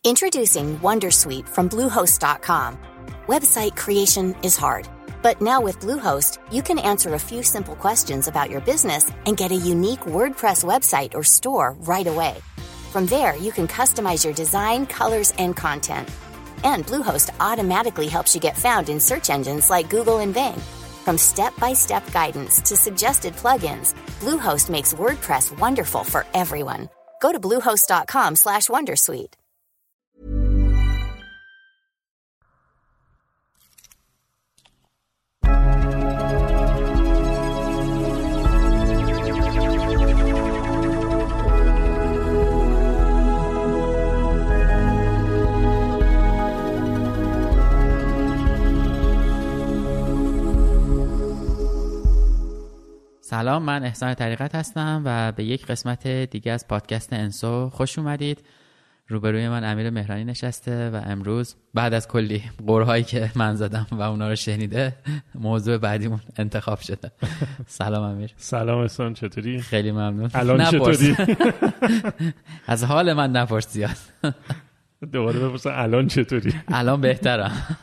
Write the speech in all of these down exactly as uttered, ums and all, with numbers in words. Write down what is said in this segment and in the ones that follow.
Introducing Wondersuite from Bluehost dot com. Website creation is hard, but now with Bluehost, you can answer a few simple questions about your business and get a unique WordPress website or store right away. From there, you can customize your design, colors, and content. And Bluehost automatically helps you get found in search engines like Google and Bing. From step-by-step guidance to suggested plugins, Bluehost makes WordPress wonderful for everyone. Go to bluehost dot com slash wondersuite. سلام، من احسان طریقت هستم و به یک قسمت دیگه از پادکست انسو خوش اومدید. روبروی من امیر مهرانی نشسته و امروز بعد از کلی قرهایی که من زدم و اونا رو شنیده موضوع بعدیمون انتخاب شده. سلام امیر. سلام احسان، چطوری؟ خیلی ممنون. الان چطوری؟ از حال من نپرس زیاد. دوباره بپرسم الان چطوری؟ الان بهترم.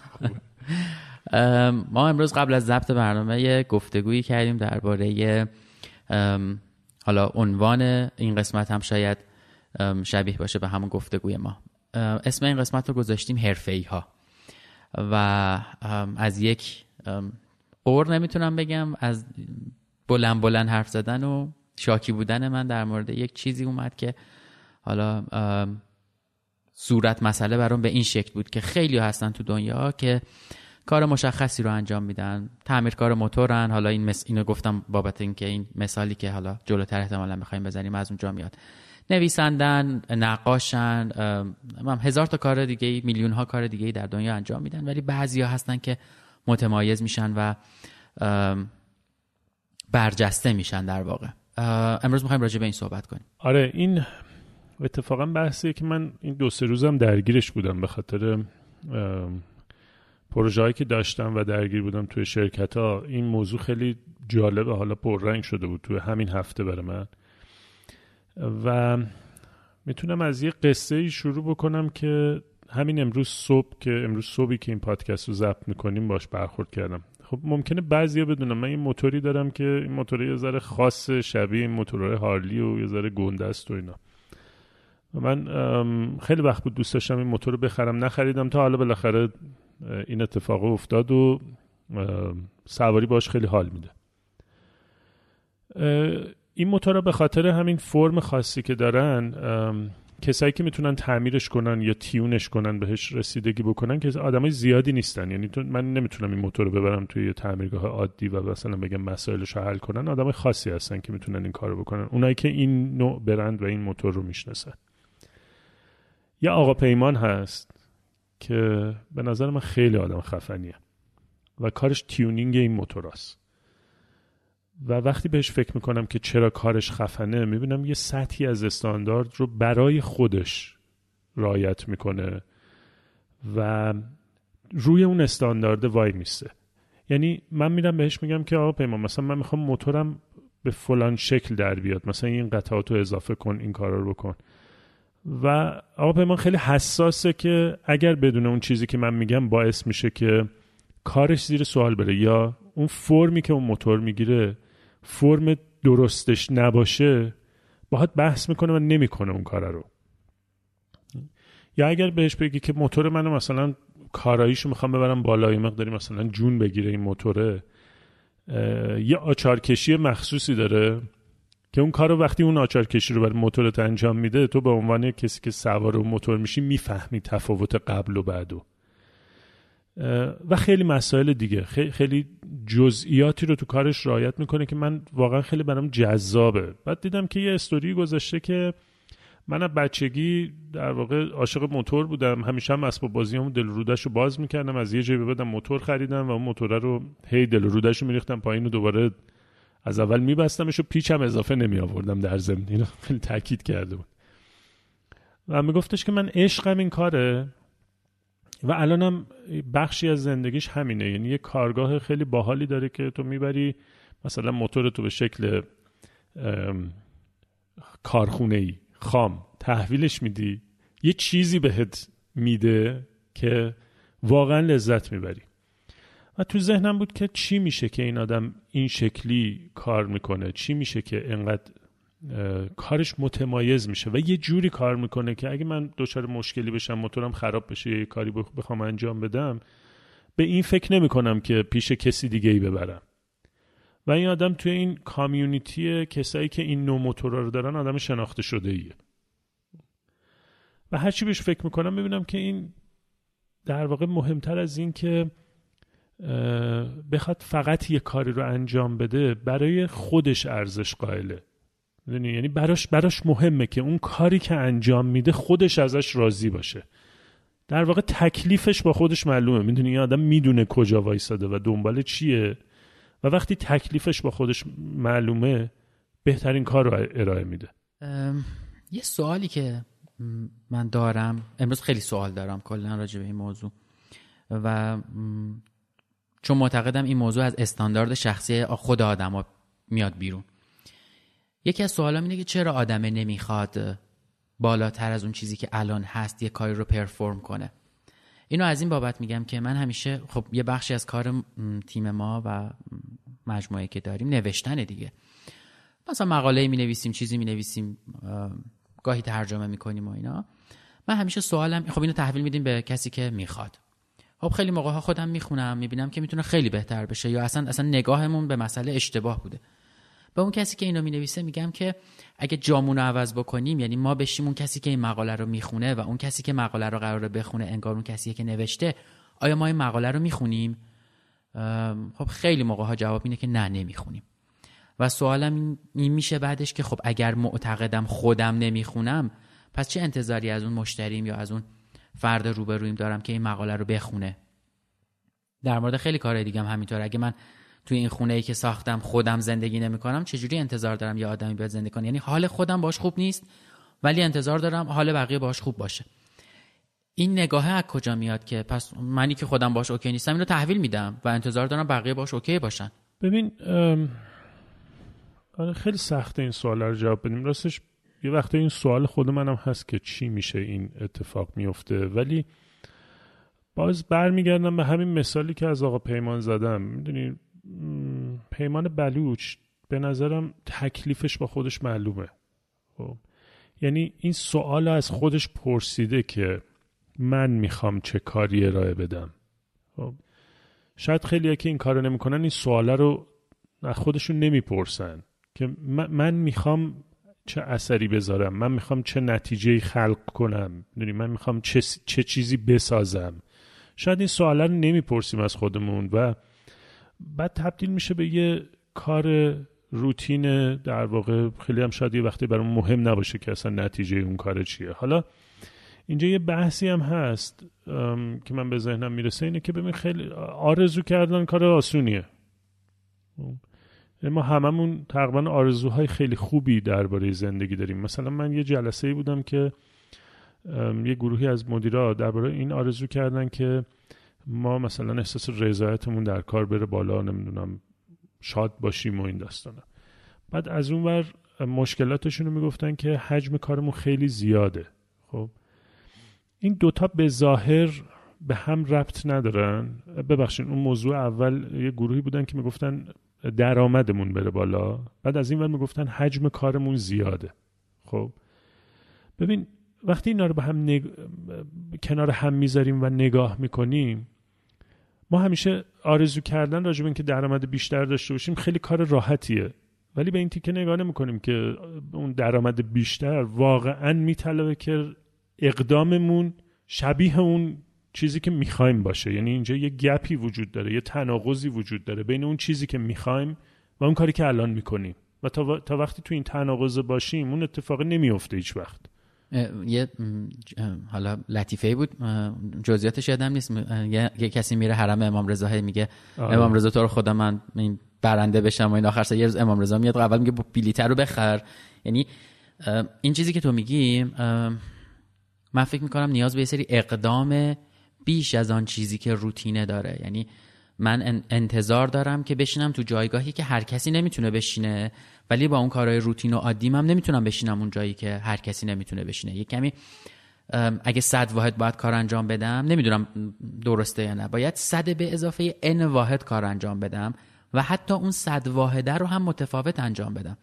ما امروز قبل از ضبط برنامه گفتگویی کردیم درباره حالا عنوان این قسمت هم شاید شبیه باشه به همون گفتگوی ما. اسم این قسمت رو گذاشتیم حرفه‌ای ها و از یک قور نمیتونم بگم، از بلند بلند حرف زدن و شاکی بودن من در مورد یک چیزی اومد که حالا صورت مسئله برام به این شکل بود که خیلی هستن تو دنیا که کار مشخصی رو انجام میدن، تعمیرکار موتورن. حالا این مس... اینو گفتم بابت اینکه این مثالی که حالا جلوتر احتمالاً می‌خوایم بزنیم از اونجا میاد. نویسندن، نقاشن، هم هزار تا کار دیگه، میلیون ها کار دیگه در دنیا انجام میدن، ولی بعضیا هستن که متمایز میشن و برجسته میشن در واقع. امروز می‌خوایم راجع به این صحبت کنیم. آره، این اتفاقا بحثیه که من این دو سه روزم درگیرش بودم به خاطر پروژه‌ای که داشتم و درگیر بودم توی شرکت‌ها. این موضوع خیلی جالبه، حالا پررنگ شده بود توی همین هفته برای من و میتونم از یه قصه‌ای شروع بکنم که همین امروز صبح که امروز صبحی که این پادکست رو ضبط می‌کنیم باش برخورد کردم. خب ممکنه بعضیا بدونن من این موتوری دارم که این موتور یه ذره خاص، شبیه این موتورهای هارلی و یه ذره گنده است و اینا. و من خیلی وقت بود دوست داشتم این موتور رو بخرم، نخریدم تا حالا بالاخره این اتفاق افتاد و سواری باش خیلی حال میده. این موتورها به خاطر همین فرم خاصی که دارن، کسایی که میتونن تعمیرش کنن یا تیونش کنن، بهش رسیدگی بکنن، که آدمای زیادی نیستن. یعنی من نمیتونم این موتور رو ببرم توی یه تعمیرگاه عادی و مثلا بگم مسائلش رو حل کنن. آدمای خاصی هستن که میتونن این کارو بکنن، اونایی که این نوع برند و این موتور رو میشناسن. یا آقا پیمان هست که به نظر من خیلی آدم خفنیه و کارش تیونینگ این موتوراست و وقتی بهش فکر میکنم که چرا کارش خفنه، میبینم یه سطحی از استاندارد رو برای خودش رعایت میکنه و روی اون استاندارد وای میسته. یعنی من میرم بهش میگم که آقا پیمان، مثلا من میخوام موتورم به فلان شکل در بیاد، مثلا این قطعات رو اضافه کن، این کارا رو بکن. و آقا پیمان خیلی حساسه که اگر بدون اون چیزی که من میگم باعث میشه که کارش زیر سوال بره یا اون فرمی که اون موتور میگیره فرم درستش نباشه، باهات بحث میکنه و نمیکنه اون کار رو. یا اگر بهش بگی که موتور منو مثلا کاراییشو میخوام ببرم بالای مقداری مثلا جون بگیره این موتوره، یه آچارکشی مخصوصی داره که اون کارو وقتی اون آچارکشی رو برای موتورت انجام میده، تو به عنوان کسی که سوار اون موتور میشی میفهمی تفاوت قبل و بعدو و خیلی مسائل دیگه، خیلی جزئیاتی رو تو کارش رعایت میکنه که من واقعا خیلی برام جذابه. بعد دیدم که یه استوری گذاشته که من از بچگی در واقع عاشق موتور بودم، همیشه هم اسباب بازیامو دل و رودهشو باز میکردم، از یه جایی به بعدم موتور خریدم و اون موتور رو هی دل و رودهشو میریختم پایین و دوباره از اول میبستمش و پیچ هم اضافه نمی آوردم در ضمن. اینو خیلی تاکید کرده بود و میگفتش که من عشقم این کاره و الانم بخشی از زندگیش همینه. یعنی یه کارگاه خیلی باحالی داره که تو میبری مثلا موتور تو به شکل کارخونه‌ای خام تحویلش میدی، یه چیزی بهت میده که واقعا لذت میبری. و تو ذهنم بود که چی میشه که این آدم این شکلی کار میکنه، چی میشه که انقدر کارش متمایز میشه و یه جوری کار میکنه که اگه من دچار مشکلی بشم، موتورم خراب بشه، یه کاری بخوام انجام بدم، به این فکر نمی کنم که پیش کسی دیگه ای ببرم. و این آدم توی این کامیونیتی کسایی که این نوع موتورا رو دارن آدم شناخته شده ایه. و هرچی بهش فکر میکنم میبینم که این در واقع مهمتر از این که بخواد فقط یه کاری رو انجام بده، برای خودش ارزش قائله. یعنی براش براش مهمه که اون کاری که انجام میده خودش ازش راضی باشه. در واقع تکلیفش با خودش معلومه. میدونی این آدم میدونه کجا وایساده و دنبال چیه و وقتی تکلیفش با خودش معلومه بهترین کار رو ارائه میده. یه سوالی که من دارم امروز، خیلی سوال دارم کلا راجع به این موضوع و چون معتقدم این موضوع از استاندارد شخصی خود آدم میاد بیرون. یکی از سوالام اینه که چرا آدمه نمیخواد بالاتر از اون چیزی که الان هست یه کاری رو پرفورم کنه. اینو از این بابت میگم که من همیشه خب یه بخشی از کار تیم ما و مجموعه که داریم نوشتن دیگه. مثلا مقاله می نویسیم، چیزی می نویسیم، گاهی ترجمه میکنیم و اینا. من همیشه سوالم خب اینو تحویل میدیم به کسی که میخواد. خب خیلی موقع ها خودم میخونم میبینم که میتونه خیلی بهتر بشه یا اصلا اصلا نگاهمون به مسئله اشتباه بوده. به اون کسی که اینو مینویسه میگم که اگه جامون رو عوض بکنیم، یعنی ما بشیم اون کسی که این مقاله رو میخونه و اون کسی که مقاله رو قراره بخونه انگار اون کسیه که نوشته، آیا ما این مقاله رو میخونیم؟ خب خیلی موقع ها جواب اینه که نه نمیخونیم. و سوالم این میشه بعدش که خب اگر معتقدم خودم نمیخونم، پس چه انتظاری از اون مشتریم یا از اون فرد روبرویم دارم که این مقاله رو بخونه؟ در مورد خیلی کارهای دیگه هم همینطوره. اگه من توی این خونه‌ای که ساختم خودم زندگی نمی‌کنم، چجوری انتظار دارم یه آدمی بیاد زندگی کنه؟ یعنی حال خودم باش خوب نیست ولی انتظار دارم حال بقیه باش خوب باشه. این نگاهه از کجا میاد که پس منی که خودم باش اوکی نیستم اینو تحویل میدم و انتظار دارم بقیه باش اوکی باشن؟ ببین آره خیلی سخته این سوالا رو جواب بدیم. راستش یه وقته این سوال خود منم هست که چی میشه این اتفاق میفته، ولی باز برمیگردم به همین مثالی که از آقا پیمان زدم. میدونی پیمان بلوچ به نظرم تکلیفش با خودش معلومه. خب یعنی این سوال از خودش پرسیده که من میخوام چه کاری ارائه بدم. خب شاید خیلی‌ها که این کارو نمیکنن این سوالا رو از خودشون نمیپرسن که من میخوام چه اثری بذارم، من میخوام چه نتیجه‌ای خلق کنم، میدونی من میخوام چه چه چیزی بسازم. شاید این سوالا رو نمیپرسیم از خودمون و بعد تبدیل میشه به یه کار روتین. در واقع خیلی هم شاید یه وقتی برام مهم نباشه که اصلا نتیجه اون کار چیه. حالا اینجا یه بحثی هم هست که من به ذهنم میرسه، اینه که ببین خیلی آرزو کردن کار آسونیه. ما هممون تقریبا آرزوهای خیلی خوبی درباره زندگی داریم. مثلا من یه جلسه‌ای بودم که یه گروهی از مدیرا درباره این آرزو کردن که ما مثلا احساس رضایتمون در کار بره بالا، نمیدونم شاد باشیم و این داستانا. بعد از اون ور مشکلاتشون رو میگفتن که حجم کارمون خیلی زیاده. خب این دوتا به ظاهر به هم ربط ندارن. ببخشید اون موضوع اول یه گروهی بودن که میگفتن درآمدمون بره بالا، بعد از این ور میگفتن حجم کارمون زیاده. خب ببین وقتی اینا رو به هم نگ... کنار هم میذاریم و نگاه میکنیم، ما همیشه آرزو کردن راجع به این که درآمد بیشتر داشته باشیم خیلی کار راحتیه، ولی به این تیکه نگاه نمیکنیم که اون درآمد بیشتر واقعا میطلبه که اقداممون شبیه اون چیزی که میخوایم باشه. یعنی اینجا یه گپی وجود داره، یه تناقضی وجود داره بین اون چیزی که میخوایم و اون کاری که الان میکنیم و تا, و... تا وقتی تو این تناقض باشیم اون اتفاق نمیفته هیچ وقت. یه حالا لطیفه بود، جزئیاتش یادم نیست. یه, یه کسی میره حرم امام رضا میگه آه. امام رضا تو رو خدا من این برنده بشم و این آخر سر یه روز امام رضا میاد اول میگه بلیط رو بخر. یعنی این چیزی که تو میگی من فکر میکنم نیاز به یه سری اقدام بیش از آن چیزی که روتینه داره. یعنی من انتظار دارم که بشینم تو جایگاهی که هر کسی نمیتونه بشینه، ولی با اون کارهای روتین و عادیم هم نمیتونم بشینم اون جایی که هر کسی نمیتونه بشینه. یه کمی اگه صد واحد باید کار انجام بدم، نمیدونم درسته یا نه، باید صد به اضافه n واحد کار انجام بدم و حتی اون صد واحده رو هم متفاوت انجام بدم.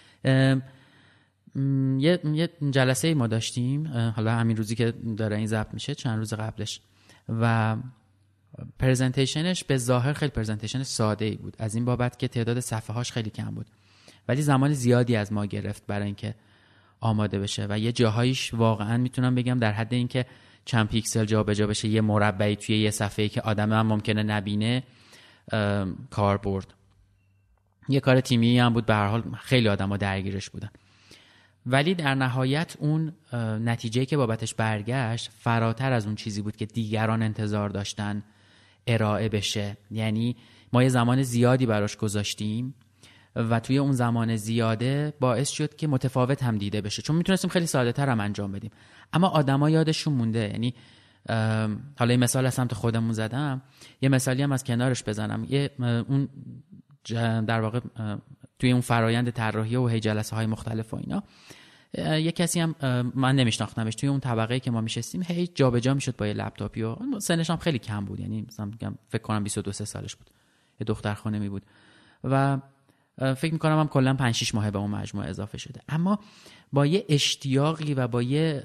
یه یه جلسه ما داشتیم، حالا همین روزی که داره این ضبط میشه، چند روز قبلش، و پرزنتیشنش به ظاهر خیلی پرزنتیشن ساده ای بود، از این بابت که تعداد صفحه هاش خیلی کم بود، ولی زمان زیادی از ما گرفت برای اینکه آماده بشه و یه جاهایش واقعا میتونم بگم در حد اینکه چند پیکسل جابجا بشه یه مربعی توی یه صفحه‌ای که آدم هم ممکنه نبینه کار برد. یه کار تیمی هم بود، به هر حال خیلی آدم‌ها درگیرش بودن، ولی در نهایت اون نتیجه‌ای که بابتش برگشت فراتر از اون چیزی بود که دیگران انتظار داشتن ارائه بشه. یعنی ما یه زمان زیادی براش گذاشتیم و توی اون زمان زیاده باعث شد که متفاوت هم دیده بشه، چون میتونستیم خیلی ساده تر هم انجام بدیم، اما آدما یادشون مونده. یعنی حالا این مثال از سمت خودمون زدم، یه مثالی هم از کنارش بزنم. یه اون در واقع توی اون فرایند طراحی و هی جلسه های مختلف و اینا، یه کسی هم من نمیشناختمش، توی اون طبقه که ما میشستیم هی جابجا میشد با یه لپتاپی و سنش هم خیلی کم بود، یعنی مثلا میگم فکر کنم بیست و دو سالش بود، یه دختر خانمی بود و فکر میکنم هم کلا پنج شش ماه به اون مجموعه اضافه شده، اما با یه اشتیاقی و با یه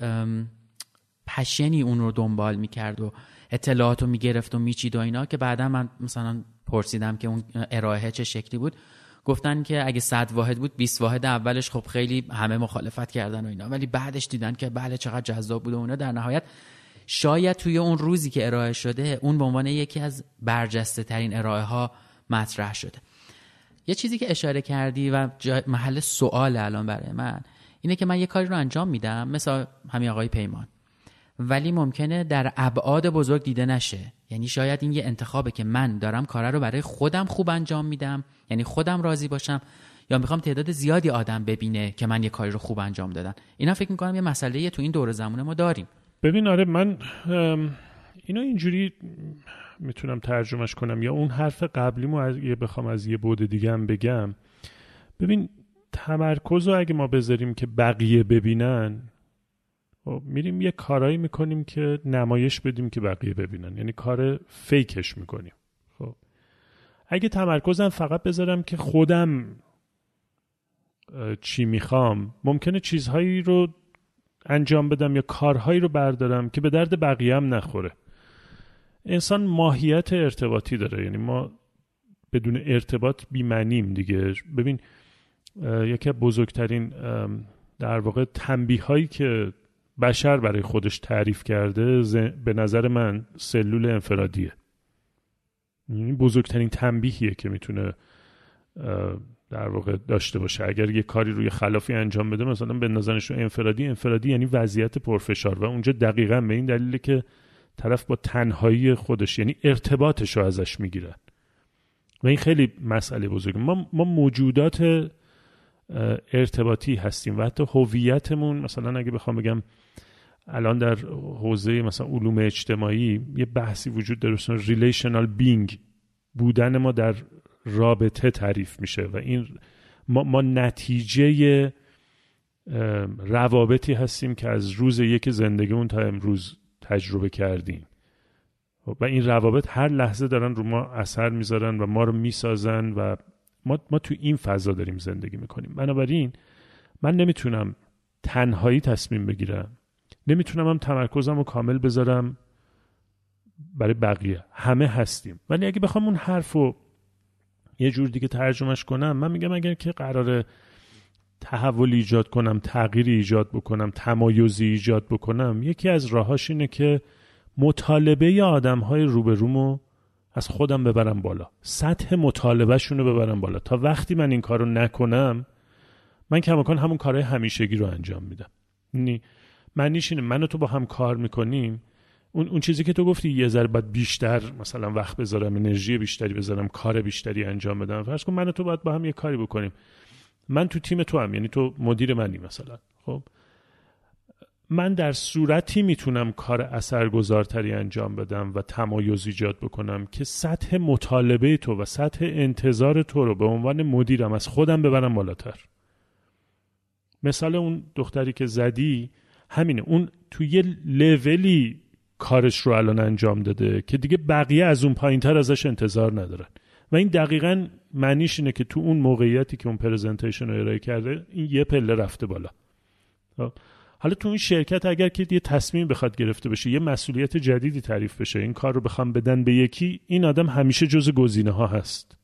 پشنی اون رو دنبال میکرد و اطلاعات رو میگرفت و میچید و اینا، که بعدا من مثلا پرسیدم که اون ارائه چه شکلی بود، گفتن که اگه صد واحد بود بیست واحد اولش خب خیلی همه مخالفت کردن و اینا، ولی بعدش دیدن که بله چقدر جذاب بود و اونا. در نهایت شاید توی اون روزی که ارائه شده اون به عنوان یکی از برجسته ترین ارائه ها مطرح شده. یه چیزی که اشاره کردی و محل سوال الان برای من اینه که من یه کاری رو انجام میدم، مثلا همین آقای پیمان، ولی ممکنه در ابعاد بزرگ دیده نشه. یعنی شاید این یه انتخابه که من دارم کار رو برای خودم خوب انجام میدم، یعنی خودم راضی باشم، یا میخوام تعداد زیادی آدم ببینه که من یه کاری رو خوب انجام دادم. اینا فکر میکنم یه مسئله تو این دور زمان ما داریم. ببین آره، من اینا اینجوری میتونم ترجمهش کنم، یا اون حرف قبلیمو اگه بخوام از یه بعد دیگه هم بگم، ببین تمرکز رو اگه ما بذاریم که بقیه ببینن، میریم یه کارایی میکنیم که نمایش بدیم که بقیه ببینن، یعنی کار فیکش میکنیم. خب اگه تمرکزم فقط بذارم که خودم چی میخوام، ممکنه چیزهایی رو انجام بدم یا کارهایی رو بردارم که به درد بقیه هم نخوره. انسان ماهیت ارتباطی داره، یعنی ما بدون ارتباط بی‌معنیم دیگه. ببین یکی از بزرگترین در واقع تنبیه‌هایی که بشر برای خودش تعریف کرده به نظر من سلول انفرادیه. این بزرگترین تنبیهیه که میتونه در واقع داشته باشه. اگر یه کاری روی خلافی انجام بده، مثلا به نظرش انفرادی، انفرادی یعنی وضعیت پرفشار، و اونجا دقیقاً به این دلیله که طرف با تنهایی خودش، یعنی ارتباطش رو ازش میگیرن، و این خیلی مسئله بزرگه. ما ما موجودات ارتباطی هستیم و حتی هویتمون، مثلا اگه بخوام بگم الان در حوزه مثلا علوم اجتماعی یه بحثی وجود داره، مثلا ریلیشنال بینگ، بودن ما در رابطه تعریف میشه، و این ما, ما نتیجه روابطی هستیم که از روز یک زندگیمون تا امروز تجربه کردیم، و این روابط هر لحظه دارن رو ما اثر میذارن و ما رو میسازن، و ما, ما تو این فضا داریم زندگی میکنیم. بنابراین من نمیتونم تنهایی تصمیم بگیرم، نمیتونم هم تمرکزم رو کامل بذارم برای بقیه. همه هستیم. ولی اگه بخوام اون حرفو یه جور دیگه ترجمهش کنم، من میگم اگر که قراره تحول ایجاد کنم، تغییر ایجاد بکنم، تمایزی ایجاد بکنم، یکی از راهاش اینه که مطالبه آدم‌های روبرومو از خودم ببرم بالا، سطح مطالبه شونو ببرم بالا. تا وقتی من این کارو نکنم، من کماکان همون کارهای همیشگی رو انجام میدم. یعنی معنیش اینه من و تو با هم کار میکنیم، اون اون چیزی که تو گفتی یه ذره باید بیشتر مثلا وقت بذارم، انرژی بیشتری بذارم، کار بیشتری انجام بدم. فرض کن من و تو باید با هم یه کاری بکنیم، من تو تیم تو هم، یعنی تو مدیر منی مثلا، خب من در صورتی میتونم کار اثرگذارتری انجام بدم و تمایز ایجاد بکنم که سطح مطالبه تو و سطح انتظار تو رو به عنوان مدیرم از خودم ببرم بالاتر. مثال اون دختری که زدی همینه، اون تو یه لولی کارش رو الان انجام داده که دیگه بقیه از اون پایین‌تر ازش انتظار ندارن و این دقیقاً معنیش اینه که تو اون موقعیتی که اون پرزنتیشن رو ارائه کرده این یه پله رفته بالا. حالا تو این شرکت اگر که یه تصمیم بخواد گرفته بشه، یه مسئولیت جدیدی تعریف بشه، این کار رو بخوام بدن به یکی، این آدم همیشه جز گزینه ها هست،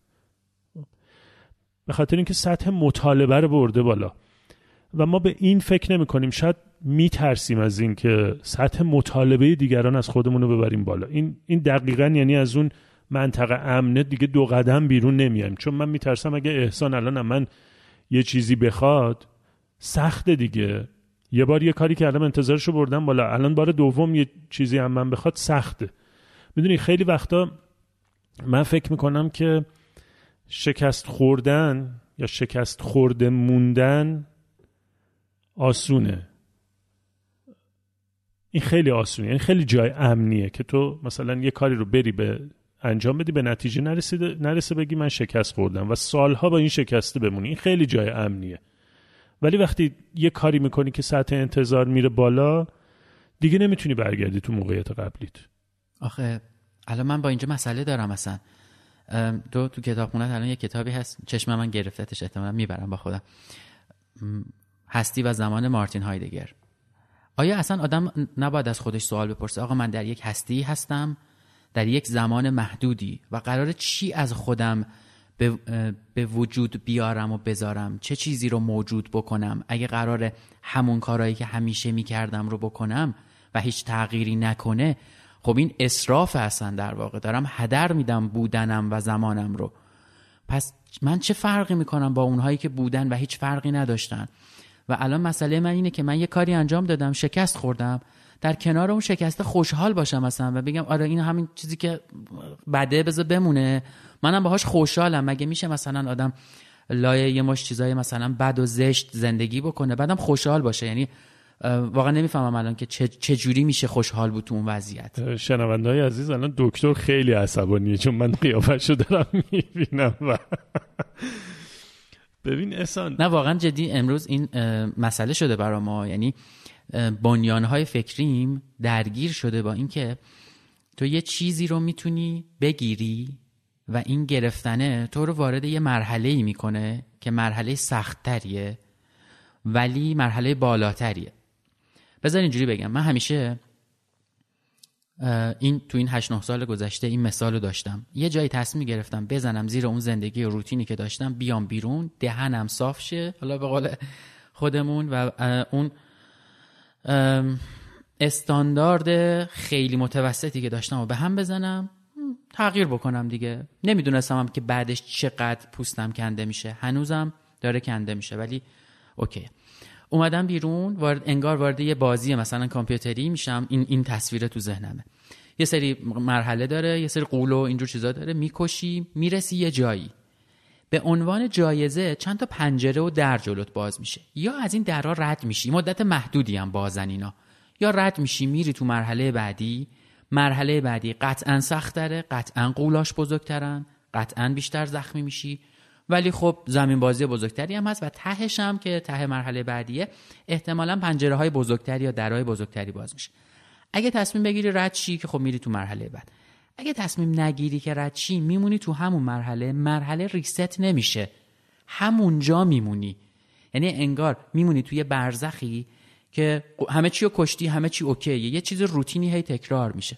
به خاطر اینکه سطح مطالبه رو برده بالا و ما به این فکر نمی کنیم. شاید میترسیم از این که سطح مطالبه دیگران از خودمون رو ببریم بالا. این این دقیقاً یعنی از اون منطقه امنه دیگه دو قدم بیرون نمیایم، چون من میترسم اگه احسان الان من یه چیزی بخواد سخته دیگه. یه بار یه کاری کردم انتظارشو بردم بالا، الان بار دوم یه چیزی هم من بخواد سخته. میدونی خیلی وقتا من فکر میکنم که شکست خوردن یا شکست خورده موندن آسونه. این خیلی آسونه، یعنی خیلی جای امنیه که تو مثلا یه کاری رو بری به انجام بدی، به نتیجه نرسیده نرسه بگی من شکست خوردم و سالها با این شکسته بمونی. این خیلی جای امنیه. ولی وقتی یه کاری میکنی که سطح انتظار میره بالا، دیگه نمیتونی برگردی تو موقعیت قبلیت. آخه الان من با اینجا مسئله دارم. مثلا تو تو کتابخونه‌ت الان یه کتابی هست، چشم من گرفتتش، احتمالاً میبرم با خودم، هستی و زمان مارتین هایدگر. آیا اصلا آدم نباید از خودش سوال بپرسه آقا من در یک هستی هستم، در یک زمان محدودی و قراره چی از خودم به, به وجود بیارم و بذارم، چه چیزی رو موجود بکنم؟ اگه قراره همون کارهایی که همیشه میکردم رو بکنم و هیچ تغییری نکنه، خب این اسراف هستن، در واقع دارم هدر میدم بودنم و زمانم رو. پس من چه فرقی میکنم با اونهایی که بودن و هیچ فرقی نداشتن؟ و الان مسئله من اینه که من یه کاری انجام دادم، شکست خوردم، در کنار اون شکست خوشحال باشم مثلا و بگم آره این همین چیزی که بده بذار بمونه، منم باهاش خوشحالم. مگه میشه مثلا آدم لایه یه مش چیزای مثلا بد و زشت زندگی بکنه بعدم خوشحال باشه؟ یعنی واقعا نمیفهمم الان که چه, چه جوری میشه خوشحال بود تو اون وضعیت. شنونده‌های عزیز، الان دکتر خیلی عصبانیه چون من قیافه‌شو دارم میبینم و ببین احسان، نه واقعا جدی امروز این مسئله شده برای ما. یعنی بنیانهای فکریم درگیر شده با این که تو یه چیزی رو میتونی بگیری و این گرفتنه تو رو وارد یه مرحله‌ای میکنه که مرحله سخت‌تریه ولی مرحله بالاتریه. بذار اینجوری بگم، من همیشه این تو این هشت نه سال گذشته این مثال رو داشتم. یه جایی تصمیم گرفتم بزنم زیر اون زندگی و روتینی که داشتم، بیام بیرون، دهنم صاف شه، حالا به قول خودمون، و اون استاندارد خیلی متوسطی که داشتم و به هم بزنم، تغییر بکنم دیگه. نمیدونستم که بعدش چقدر پوستم کنده میشه، هنوزم داره کنده میشه ولی اوکی. اومدم بیرون، وارد انگار وارد یه بازی مثلا کامپیوتری میشم. این این تصویر تو ذهنمه. یه سری مرحله داره، یه سری قول و اینجور چیزا داره، میکشی، میرسی یه جایی. به عنوان جایزه چند تا پنجره و در جلوت باز میشه. یا از این درها رد میشی، مدت محدودی هم بازن اینا، یا رد میشی میری تو مرحله بعدی. مرحله بعدی قطعاً سخت‌تره، قطعاً قولاش بزرگترن، قطعاً بیشتر زخمی میشی، ولی خب زمین بازی بزرگتری هم هست و تهش هم که ته مرحله بعدیه احتمالاً پنجره های بزرگتری یا درهای بزرگتری باز میشه. اگه تصمیم بگیری رد شی که خب میری تو مرحله بعد. اگه تصمیم نگیری که رد شی، میمونی تو همون مرحله. مرحله ریست نمیشه، همونجا میمونی. یعنی انگار میمونی توی برزخی که همه چی رو کشتی، همه چی اوکیه، یه چیز روتینی هی تکرار میشه.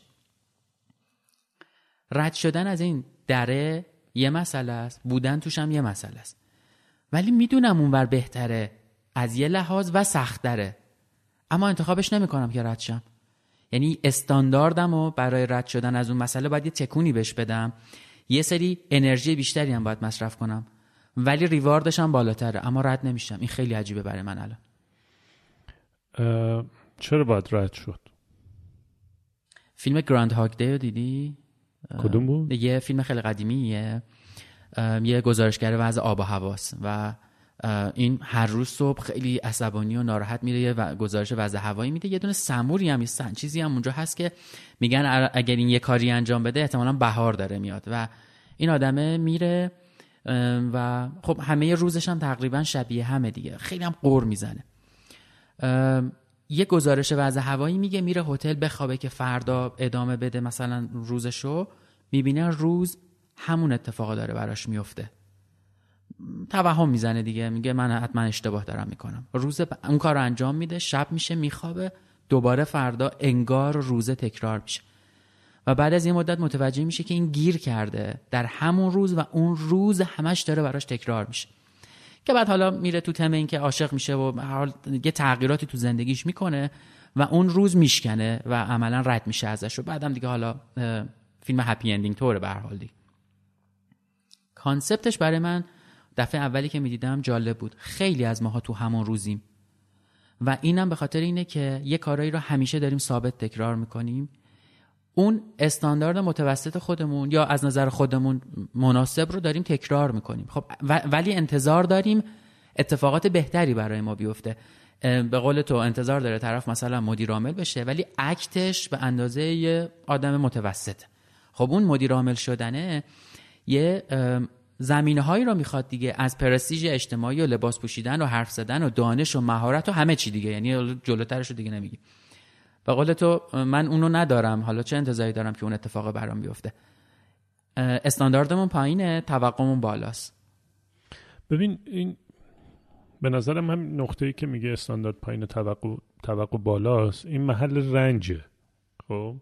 رد شدن از این دره یه مسئله است، بودن توش هم یه مسئله است. ولی میدونم اونور بهتره از یه لحاظ و سخت‌تره، اما انتخابش نمیکنم که رد شم. یعنی استانداردمو برای رد شدن از اون مسئله باید یه تکونی بهش بدم، یه سری انرژی بیشتری هم باید مصرف کنم، ولی ریواردش هم بالاتره، اما رد نمیشم. این خیلی عجیبه برای من الان. چرا باید رد شد؟ فیلم گراند هاگ دی رو دیدی؟ کدوم بود؟ یه فیلم خیلی قدیمیه، یه گزارشگر وضع آب و هواست و این هر روز صبح خیلی عصبانی و ناراحت میره یه گزارش وضع هوایی میده. یه دونه سموری هم یه چیزی هم اونجا هست که میگن اگر این یه کاری انجام بده احتمالاً بهار داره میاد و این آدمه میره و خب همه روزش هم تقریبا شبیه همه دیگه، خیلی هم قور میزنه. یه گزارش وضع هوایی میگه میره هتل بخوابه که فردا ادامه بده مثلا روزشو، میبینه روز همون اتفاق داره براش میفته. توهم میزنه دیگه، میگه من حتما اشتباه دارم میکنم. روز اون کار رو انجام میده، شب میشه میخوابه، دوباره فردا انگار روز تکرار میشه و بعد از این مدت متوجه میشه که این گیر کرده در همون روز و اون روز همش داره براش تکرار میشه. که بعد حالا میره تو تم این که عاشق میشه و حال یه تغییراتی تو زندگیش میکنه و اون روز میشکنه و عملا رد میشه ازش و بعدم دیگه حالا فیلم هپی اندینگ طوره به هر حال دیگه. کانسپتش برای من دفعه اولی که میدیدم جالب بود. خیلی از ماها تو همون روزیم و اینم به خاطر اینه که یه کارایی رو همیشه داریم ثابت تکرار میکنیم. اون استاندارد متوسط خودمون یا از نظر خودمون مناسب رو داریم تکرار میکنیم. خب ولی انتظار داریم اتفاقات بهتری برای ما بیفته. به قول تو انتظار داره طرف مثلا مدیر عامل بشه ولی اکتش به اندازه یه آدم متوسط. خب اون مدیر عامل شدنه یه زمینه‌هایی رو میخواد دیگه، از پرستیژ اجتماعی و لباس پوشیدن و حرف زدن و دانش و مهارت و همه چی دیگه، یعنی جلوترش رو دیگه نمیگی. به قول تو من اونو ندارم، حالا چه انتظاری دارم که اون اتفاق برام بیفته؟ استانداردمون پایینه، توقعمون بالاست. ببین این به نظرم هم نقطه‌ای که میگه استاندارد پایینه توقع توقع بالاست، این محل رنجه. خب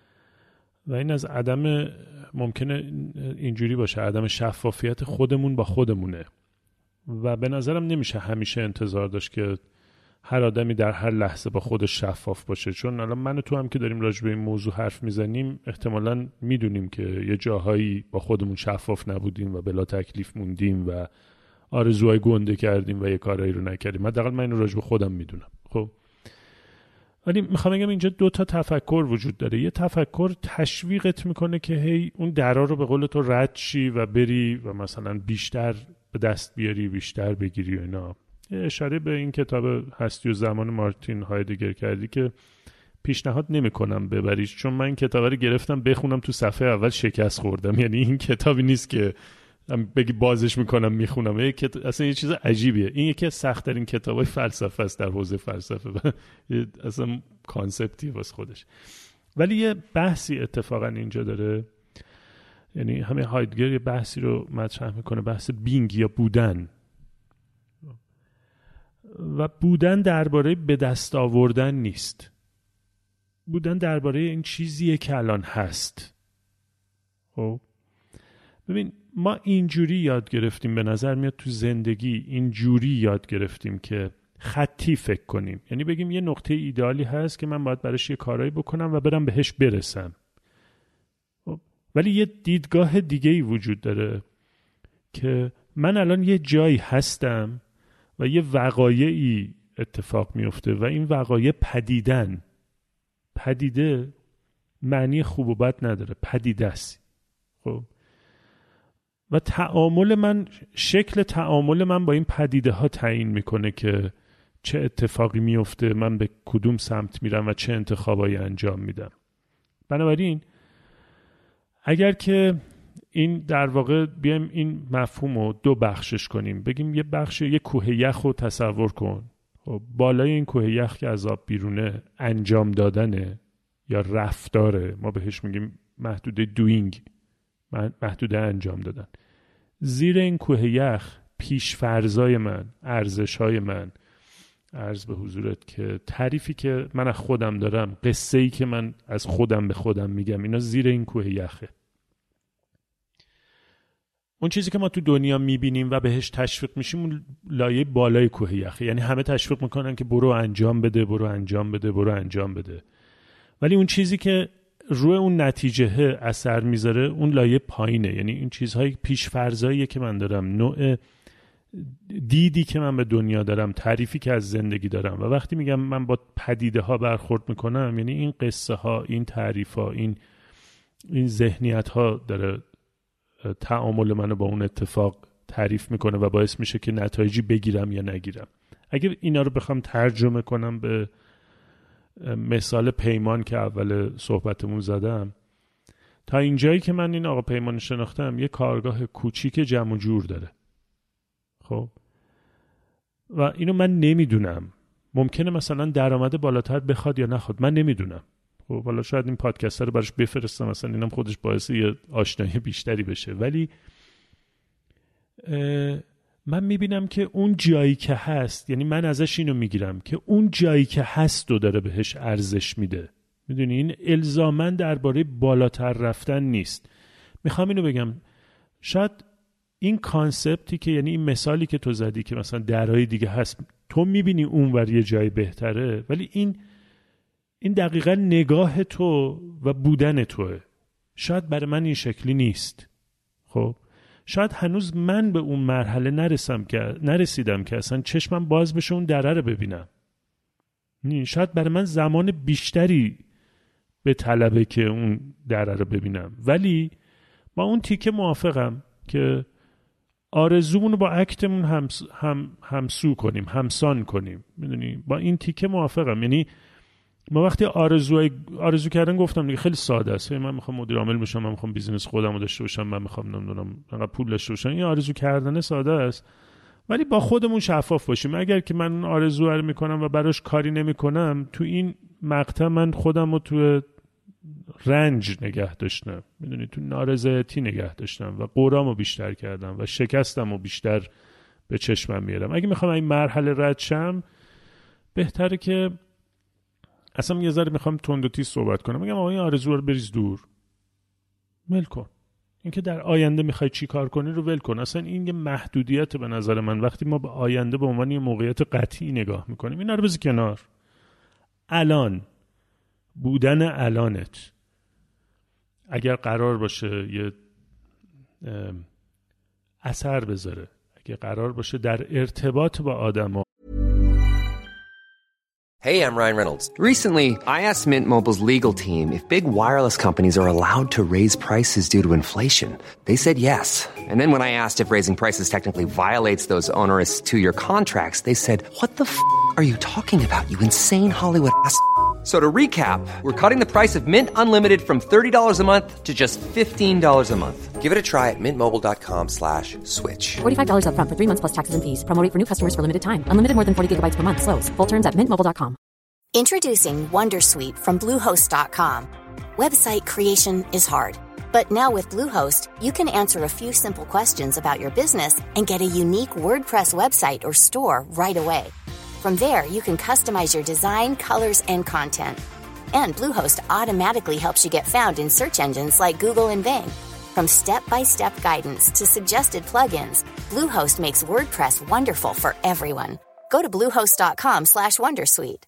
و این از عدم ممکنه اینجوری باشه، عدم شفافیت خودمون با خودمونه و به نظرم نمیشه همیشه انتظار داشت که هر آدمی در هر لحظه با خودش شفاف باشه. چون الان من و تو هم که داریم راجع به این موضوع حرف میزنیم احتمالاً میدونیم که یه جاهایی با خودمون شفاف نبودیم و بلا تکلیف موندیم و آرزوهای گنده کردیم و یه کارایی رو نکردیم. حداقل من اینو راجع به خودم میدونم. خب ولی میخوام بگم اینجا دو تا تفکر وجود داره. یه تفکر تشویقت میکنه که هی اون درا رو به قول تو رد شی و بری و مثلا بیشتر به دست بیاری، بیشتر بگیری و اینا. یه اشاره به این کتاب هستی و زمان مارتین هایدگر کردی که پیشنهاد نمیکنم ببریش، چون من این کتاب رو گرفتم بخونم تو صفحه اول شکست خوردم. یعنی این کتابی نیست که بگی بازش میکنم میخونم، یه کتاب اصلا یه چیز عجیبیه. این یکی از سخت ترین کتابای فلسفه است در حوزه فلسفه و اصلا کانسپتی واسه خودش. ولی یه بحثی اتفاقا اینجا داره، یعنی همین هایدگر یه بحثی رو مطرح میکنه، بحث بینگ یا بودن. و بودن درباره به دست آوردن نیست. بودن درباره این چیزیه که الان هست. خب ببین ما اینجوری یاد گرفتیم، به نظر میاد تو زندگی اینجوری یاد گرفتیم که خطی فکر کنیم. یعنی بگیم یه نقطه ایدئالی هست که من باید براش یه کارایی بکنم و برم بهش برسم. خب ولی یه دیدگاه دیگه‌ای وجود داره که من الان یه جایی هستم و یه وقایعی اتفاق میفته و این وقایع پدیدن. پدیده معنی خوب و بد نداره، پدیده است. خب و تعامل من، شکل تعامل من با این پدیده ها تعیین میکنه که چه اتفاقی میفته، من به کدوم سمت میرم و چه انتخابایی انجام میدم. بنابراین اگر که این در واقع بیایم این مفهوم رو دو بخشش کنیم، بگیم یه بخش یه کوه یخ رو تصور کن. خب بالای این کوه یخ که از آب بیرونه انجام دادنه یا رفتاره، ما بهش میگیم محدوده دوینگ، محدوده انجام دادن. زیر این کوه یخ پیش فرضای من، ارزش‌های من، عرض به حضورت که تعریفی که من از خودم دارم، قصه‌ای که من از خودم به خودم میگم، اینا زیر این کوه یخه. اون چیزی که ما تو دنیا میبینیم و بهش تشویق میشیم اون لایه بالای کوه یخه. یعنی همه تشویق میکنن که برو انجام بده، برو انجام بده، برو انجام بده. ولی اون چیزی که روی اون نتیجه اثر میذاره اون لایه پایینه. یعنی این چیزهای پیش فرضاییه که من دارم، نوع دیدی که من به دنیا دارم، تعریفی که از زندگی دارم. و وقتی میگم من با پدیده ها برخورد میکنم، یعنی این قصه ها، این تعریف ها، این این ذهنیت ها داره تعامل منو با اون اتفاق تعریف میکنه و باعث میشه که نتایجی بگیرم یا نگیرم. اگه اینا رو بخوام ترجمه کنم به مثال پیمان که اول صحبتمون زدم، تا اینجایی که من این آقا پیمان شناختم یه کارگاه کوچیک جمع و جور داره. خب و اینو من نمیدونم، ممکنه مثلا درآمد بالاتر بخواد یا نخواد، من نمیدونم. خب حالا شاید این پادکست رو براش بفرستم مثلا، اینم خودش باعث یه آشنایی بیشتری بشه. ولی من میبینم که اون جایی که هست، یعنی من ازش اینو میگیرم که اون جایی که هست و داره بهش ارزش میده. میدونی این الزاماً درباره بالاتر رفتن نیست. میخوام اینو بگم، شاید این کانسپتی که، یعنی این مثالی که تو زدی که مثلا درهای دیگه هست، تو میبینی اونور یه جای بهتره، ولی این این دقیقاً نگاه تو و بودن توه. شاید برای من این شکلی نیست. خب شاید هنوز من به اون مرحله نرسم که نرسیدم که اصلا چشمم باز بشه اون دره رو ببینم. شاید برای من زمان بیشتری به طلبه که اون دره رو ببینم، ولی با اون تیکه موافقم که آرزومون با اکتمون هم هم همسو کنیم، همسان کنیم. میدونی با این تیکه موافقم. یعنی ما وقتی آرزو آرزو کردن، گفتم دیگه خیلی ساده است. من میخوام مدیر عامل بشم، من میخوام بیزینس خودمو داشته باشم، من میخوام نمیدونم انقدر پول داشته باشم. این آرزو کردن ساده است، ولی با خودمون شفاف باشیم. اگر که من اون آرزو رو میکنم و براش کاری نمیکنم، تو این مقطع من خودمو تو رنج نگه داشتم، میدونی تو نارضایتی نگه داشتم و قرامو بیشتر کردم و شکستمو بیشتر به چشمم میارم. اگه میخوام این مرحله رد شم، بهتره که اصلا یه ذره میخوام تند و تیز صحبت کنم، میگم آقا این آرزو رو بریز دور، ول کن. اینکه در آینده میخوای چی کار کنی رو ول کن. اصلا این یه محدودیت به نظر من. وقتی ما به آینده به عنوان یه موقعیت قطعی نگاه میکنیم، اینا رو بذار کنار. الان بودن الانت اگر قرار باشه یه اثر بذاره، اگر قرار باشه در ارتباط با آدم‌ها. Hey, I'm Ryan Reynolds. Recently, I asked Mint Mobile's legal team if big wireless companies are allowed to raise prices due to inflation. They said yes. And then when I asked if raising prices technically violates those onerous two-year contracts, they said, "What the f*** are you talking about, you insane Hollywood ass?" So to recap, we're cutting the price of Mint Unlimited from thirty dollars a month to just fifteen dollars a month. Give it a try at mintmobile.com slash switch. forty-five dollars up front for three months plus taxes and fees. Promo rate for new customers for limited time. Unlimited more than forty gigabytes per month. Slows full terms at mint mobile dot com. Introducing Wondersuite from Bluehost dot com. Website creation is hard, but now with Bluehost, you can answer a few simple questions about your business and get a unique WordPress website or store right away. From there, you can customize your design, colors, and content. And Bluehost automatically helps you get found in search engines like Google and Bing. From step-by-step guidance to suggested plugins, Bluehost makes WordPress wonderful for everyone. Go to bluehost dot com slash wondersuite.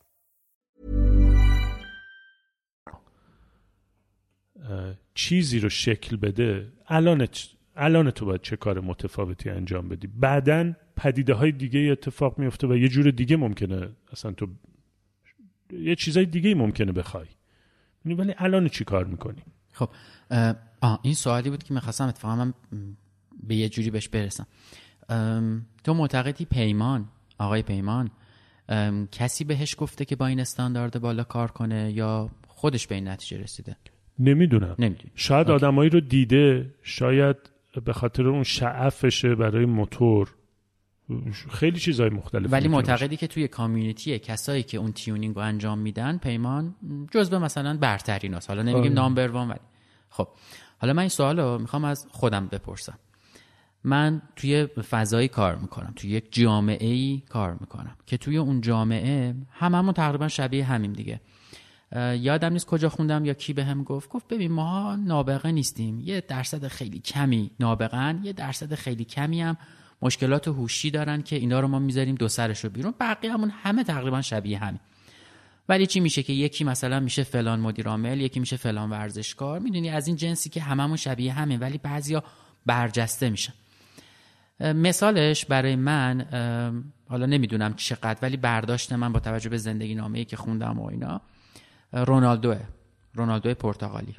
چیزی رو شکل بده، الان الان تو باید چه کار متفاوتی انجام بدی. بعدن پدیده های دیگه اتفاق میفته و یه جور دیگه ممکنه اصلا تو یه چیزای دیگه ممکنه بخوای، ولی الان چی کار میکنی؟ خب آه این سوالی بود که میخواستم اتفاقا من به یه جوری بهش برسم. تو معتقدی پیمان، آقای پیمان، کسی بهش گفته که با این استاندارد بالا کار کنه یا خودش به این نتیجه رسیده؟ نمیدونم. نمیدونم. شاید اوکی. آدمایی رو دیده، شاید به خاطر اون شعفشه برای موتور، خیلی چیزای مختلف. ولی معتقدی که توی کامیونیتی کسایی که اون تیونینگ رو انجام میدن، پیمان جزو مثلا برترین هست. حالا نمیگیم نامبر وان، ولی خب حالا من این سوال رو میخوام از خودم بپرسم. من توی فضایی کار میکنم، توی یک جامعه‌ای کار میکنم که توی اون جامعه هممون تقریبا شبیه همیم دیگه. یادم نیست کجا خوندم یا کی بهم گفت گفت ببین ماها نابغه نیستیم، یه درصد خیلی کمی نابغه‌ن، یه درصد خیلی کمی هم مشکلات هوشی دارن که اینا رو ما میذاریم دو سرشو بیرون، بقیه‌مون همه تقریبا شبیه همیم. ولی چی میشه که یکی مثلا میشه فلان مدیر عامل، یکی میشه فلان ورزشکار، میدونی از این جنسی که هممون شبیه همیم، ولی بعضیا برجسته میشن. مثالش برای من، حالا نمیدونم چقدر، ولی برداشت من با توجه به زندگی نامه‌ای که خوندم و اینا، رونالدوه رونالدو پرتغالی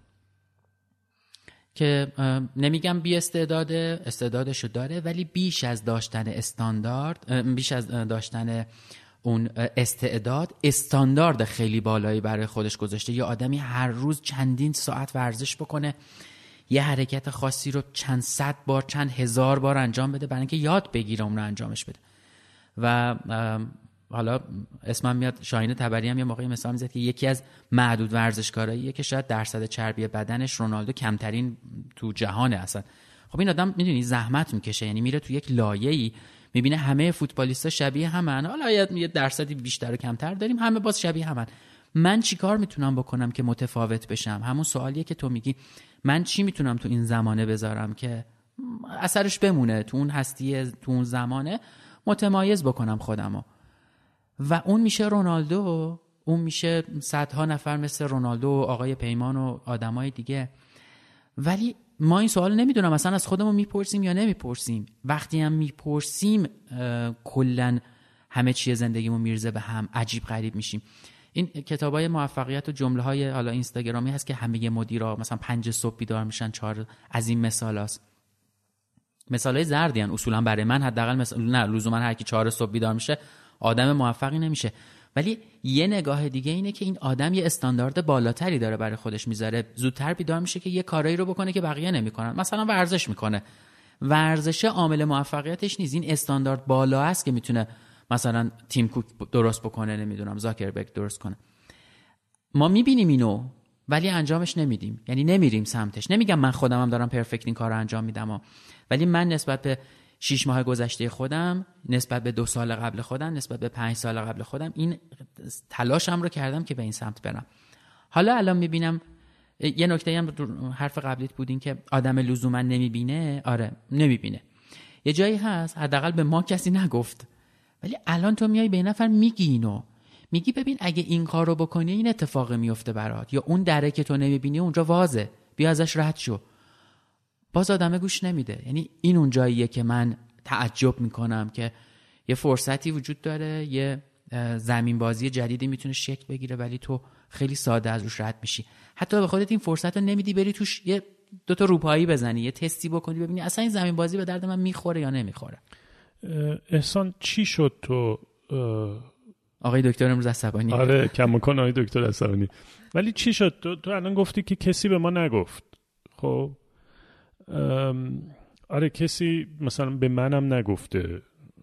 که نمیگم بی استعداده، استعدادشو داره، ولی بیش از داشتن استاندارد، بیش از داشتن اون استعداد، استاندارد خیلی بالایی برای خودش گذاشته. یه آدمی هر روز چندین ساعت ورزش بکنه، یه حرکت خاصی رو چند صد بار، چند هزار بار انجام بده برای اینکه یاد بگیره اون رو انجامش بده. و حالا اسمم میاد شاهین تبری هم یه موقعی مثال میزد که یکی از معدود ورزشکاراییه که شاید درصد چربی بدنش رونالدو کمترین تو جهانه اصلا. خب این آدم میدونی زحمت میکشه، یعنی میره تو یک لایه‌ای میبینه همه فوتبالیستا شبیه همن، حالا یه درصدی بیشتر و کمتر داریم، همه باز شبیه همن. من چیکار میتونم بکنم که متفاوت بشم؟ همون سوالیه که تو میگی من چی میتونم تو این زمانه بذارم که اثرش بمونه تو اون هستی، تو اون زمانه متمایز بکنم خودمو. و اون میشه رونالدو، اون میشه صدها نفر مثل رونالدو و آقای پیمان و آدمای دیگه. ولی ما این سوال نمیدونم مثلا از خودمون میپرسیم یا نمیپرسیم. وقتی هم میپرسیم کلن همه چیه زندگیمون میرزه به هم، عجیب غریب میشیم. این کتابای موفقیت و جمله‌های حالا اینستاگرامی هست که همه مدیرا مثلا پنج صبح بیدار میشن، چهار، از این مثالاست. مثالای زردی ان اصولا برای من حداقل، مثلا نه لزوما هر کی چهار صبح بیدار میشه آدم موفقی نمیشه. ولی یه نگاه دیگه اینه که این آدم یه استاندارد بالاتری داره برای خودش میذاره، زودتر بیدار میشه که یه کارایی رو بکنه که بقیه نمیکنن. مثلا ورزش میکنه، ورزش عامل موفقیتش نیست، این استاندارد بالا است که میتونه مثلا تیم کوک درست بکنه، نمیدونم زاکربرگ درست کنه. ما میبینیم اینو ولی انجامش نمیدیم، یعنی نمیریم سمتش. نمیگم من خودم هم دارم پرفکت این کار رو انجام میدم، ولی من نسبت به شیش ماه گذشته خودم، نسبت به دو سال قبل خودم، نسبت به پنج سال قبل خودم این تلاشم رو کردم که به این سمت برم. حالا الان میبینم یه نکته هم حرف قبلیت بود این که آدم لزوما نمیبینه. آره نمیبینه، یه جایی هست حداقل به ما کسی نگفت، ولی الان تو میای به این نفر میگی اینو، میگی ببین اگه این کار رو بکنی این اتفاق میفته برات، یا اون دره که تو نمیبینی اونجا وازه، بیا ازش رد شو. باز آدمه گوش نمیده. یعنی این اون جاییه که من تعجب میکنم که یه فرصتی وجود داره، یه زمین بازی جدیدی میتونه شکل بگیره، ولی تو خیلی ساده از روش رد میشی. حتی به خودت این فرصت رو نمیدی بری توش یه دوتا روپایی بزنی، یه تستی بکنی ببینی اصلا این زمین بازی به درد من میخوره یا نمیخوره. احسان چی شد تو آقای دکتر امروز عصبانی؟ آره کم کن آقای دکتر عصبانی. ولی چی شد تو تو الان گفتی که کسی به ما نگفت. خب آره کسی مثلا به منم نگفته،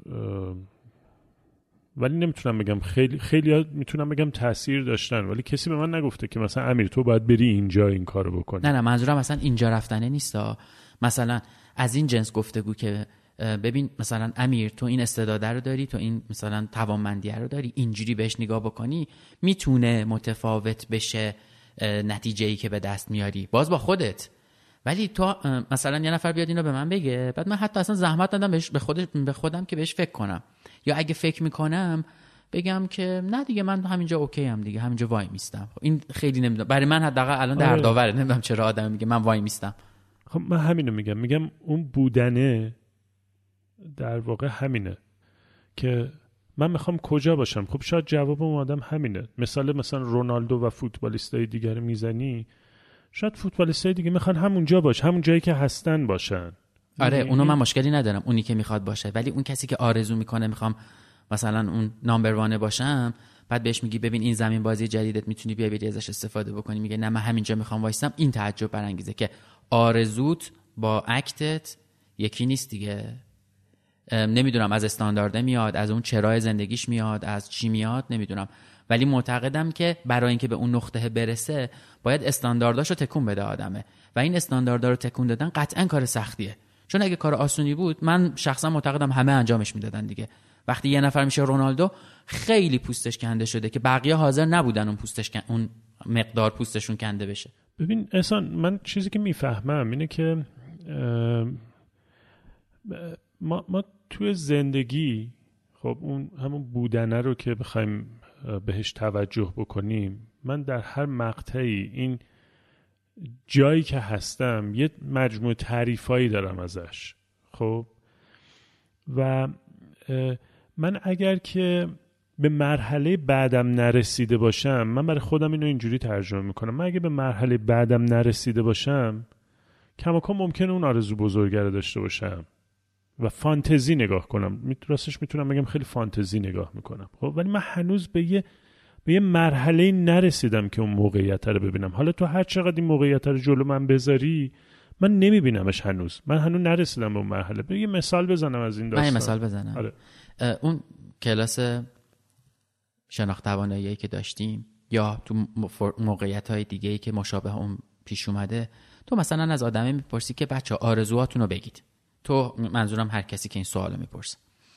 ولی نمیتونم بگم خیلی خیلی میتونم بگم تاثیر داشتن، ولی کسی به من نگفته که مثلا امیر تو باید بری اینجا این کارو بکنی. نه نه منظورم مثلا اینجا رفتنه نیستا، مثلا از این جنس گفتگو که ببین مثلا امیر تو این استعداد رو داری، تو این مثلا توانمندی رو داری، اینجوری بهش نگاه بکنی میتونه متفاوت بشه نتیجه‌ای که به دست میاری باز با خودت. ولی تو مثلا یه نفر بیاد اینو به من بگه، بعد من حتی اصلا زحمت ندم بهش، به خودم به خودم که بهش فکر کنم، یا اگه فکر میکنم بگم که نه دیگه من همینجا اوکی ام دیگه، همینجا وای میستم. این خیلی نمیدونم برای من حداقل الان دردآوره، نمیدونم چرا آدم میگه من وای میستم. خب من همینو میگم، میگم اون بودنه در واقع همینه که من میخوام کجا باشم. خب شاید جواب اون آدم همینه. مثال مثلا رونالدو و فوتبالیستای دیگر میزنی، شاید فوتبالیستای دیگه میخوان همونجا باش، همون جایی که هستن باشن. آره اونو من مشکلی ندارم اونی که میخواد باشه، ولی اون کسی که آرزو میکنه میخوام مثلا اون نامبر وانه باشم، بعد بهش میگی ببین این زمین بازی جدیدت میتونی بیا بری ازش استفاده بکنی، میگه نه من همینجا میخوام وایسم. این تعجب برانگیزه که آرزوت با اکتت یکی نیست دیگه. نمیدونم از استاندارده میاد، از اون چرای زندگیش میاد، از چی میاد نمیدونم، ولی معتقدم که برای اینکه به اون نقطه برسه باید استاندارداشو تکون بده آدمه، و این استانداردا رو تکون دادن قطعا کار سختیه. چون اگه کار آسونی بود من شخصا معتقدم همه انجامش میدادن دیگه. وقتی یه نفر میشه رونالدو خیلی پوستش کنده شده که بقیه حاضر نبودن اون پوستش کن... اون مقدار پوستشون کنده بشه. ببین احسان من چیزی که میفهمم اینه که ما ما توی زندگی خب اون همون بودنه رو که بخوایم بهش توجه بکنیم، من در هر مقطعی این جایی که هستم یه مجموعه تعریفایی دارم ازش. خب و من اگر که به مرحله بعدم نرسیده باشم، من برای خودم اینو اینجوری ترجمه میکنم، من اگه به مرحله بعدم نرسیده باشم کماکان ممکنه اون آرزو بزرگه داشته باشم و فانتزی نگاه کنم. راستش میتونم بگم خیلی فانتزی نگاه میکنم. خب ولی من هنوز به یه به یه مرحله نرسیدم که اون موقعیت رو ببینم. حالا تو هر چقدر این موقعیت رو جلو من بذاری من نمیبینمش هنوز. من هنوز نرسیدم به اون مرحله. به یه مثال بزنم از این داستان. من یه مثال بزنم. آره. اون کلاس شناخت توانایی که داشتیم یا تو موقعیت‌های دیگه‌ای که مشابه اون پیش اومده، تو مثلا از آدمی میپرسی که بچه آرزوهاتون رو بگید. تو منظورم هر کسی که این سوالو میپرسه.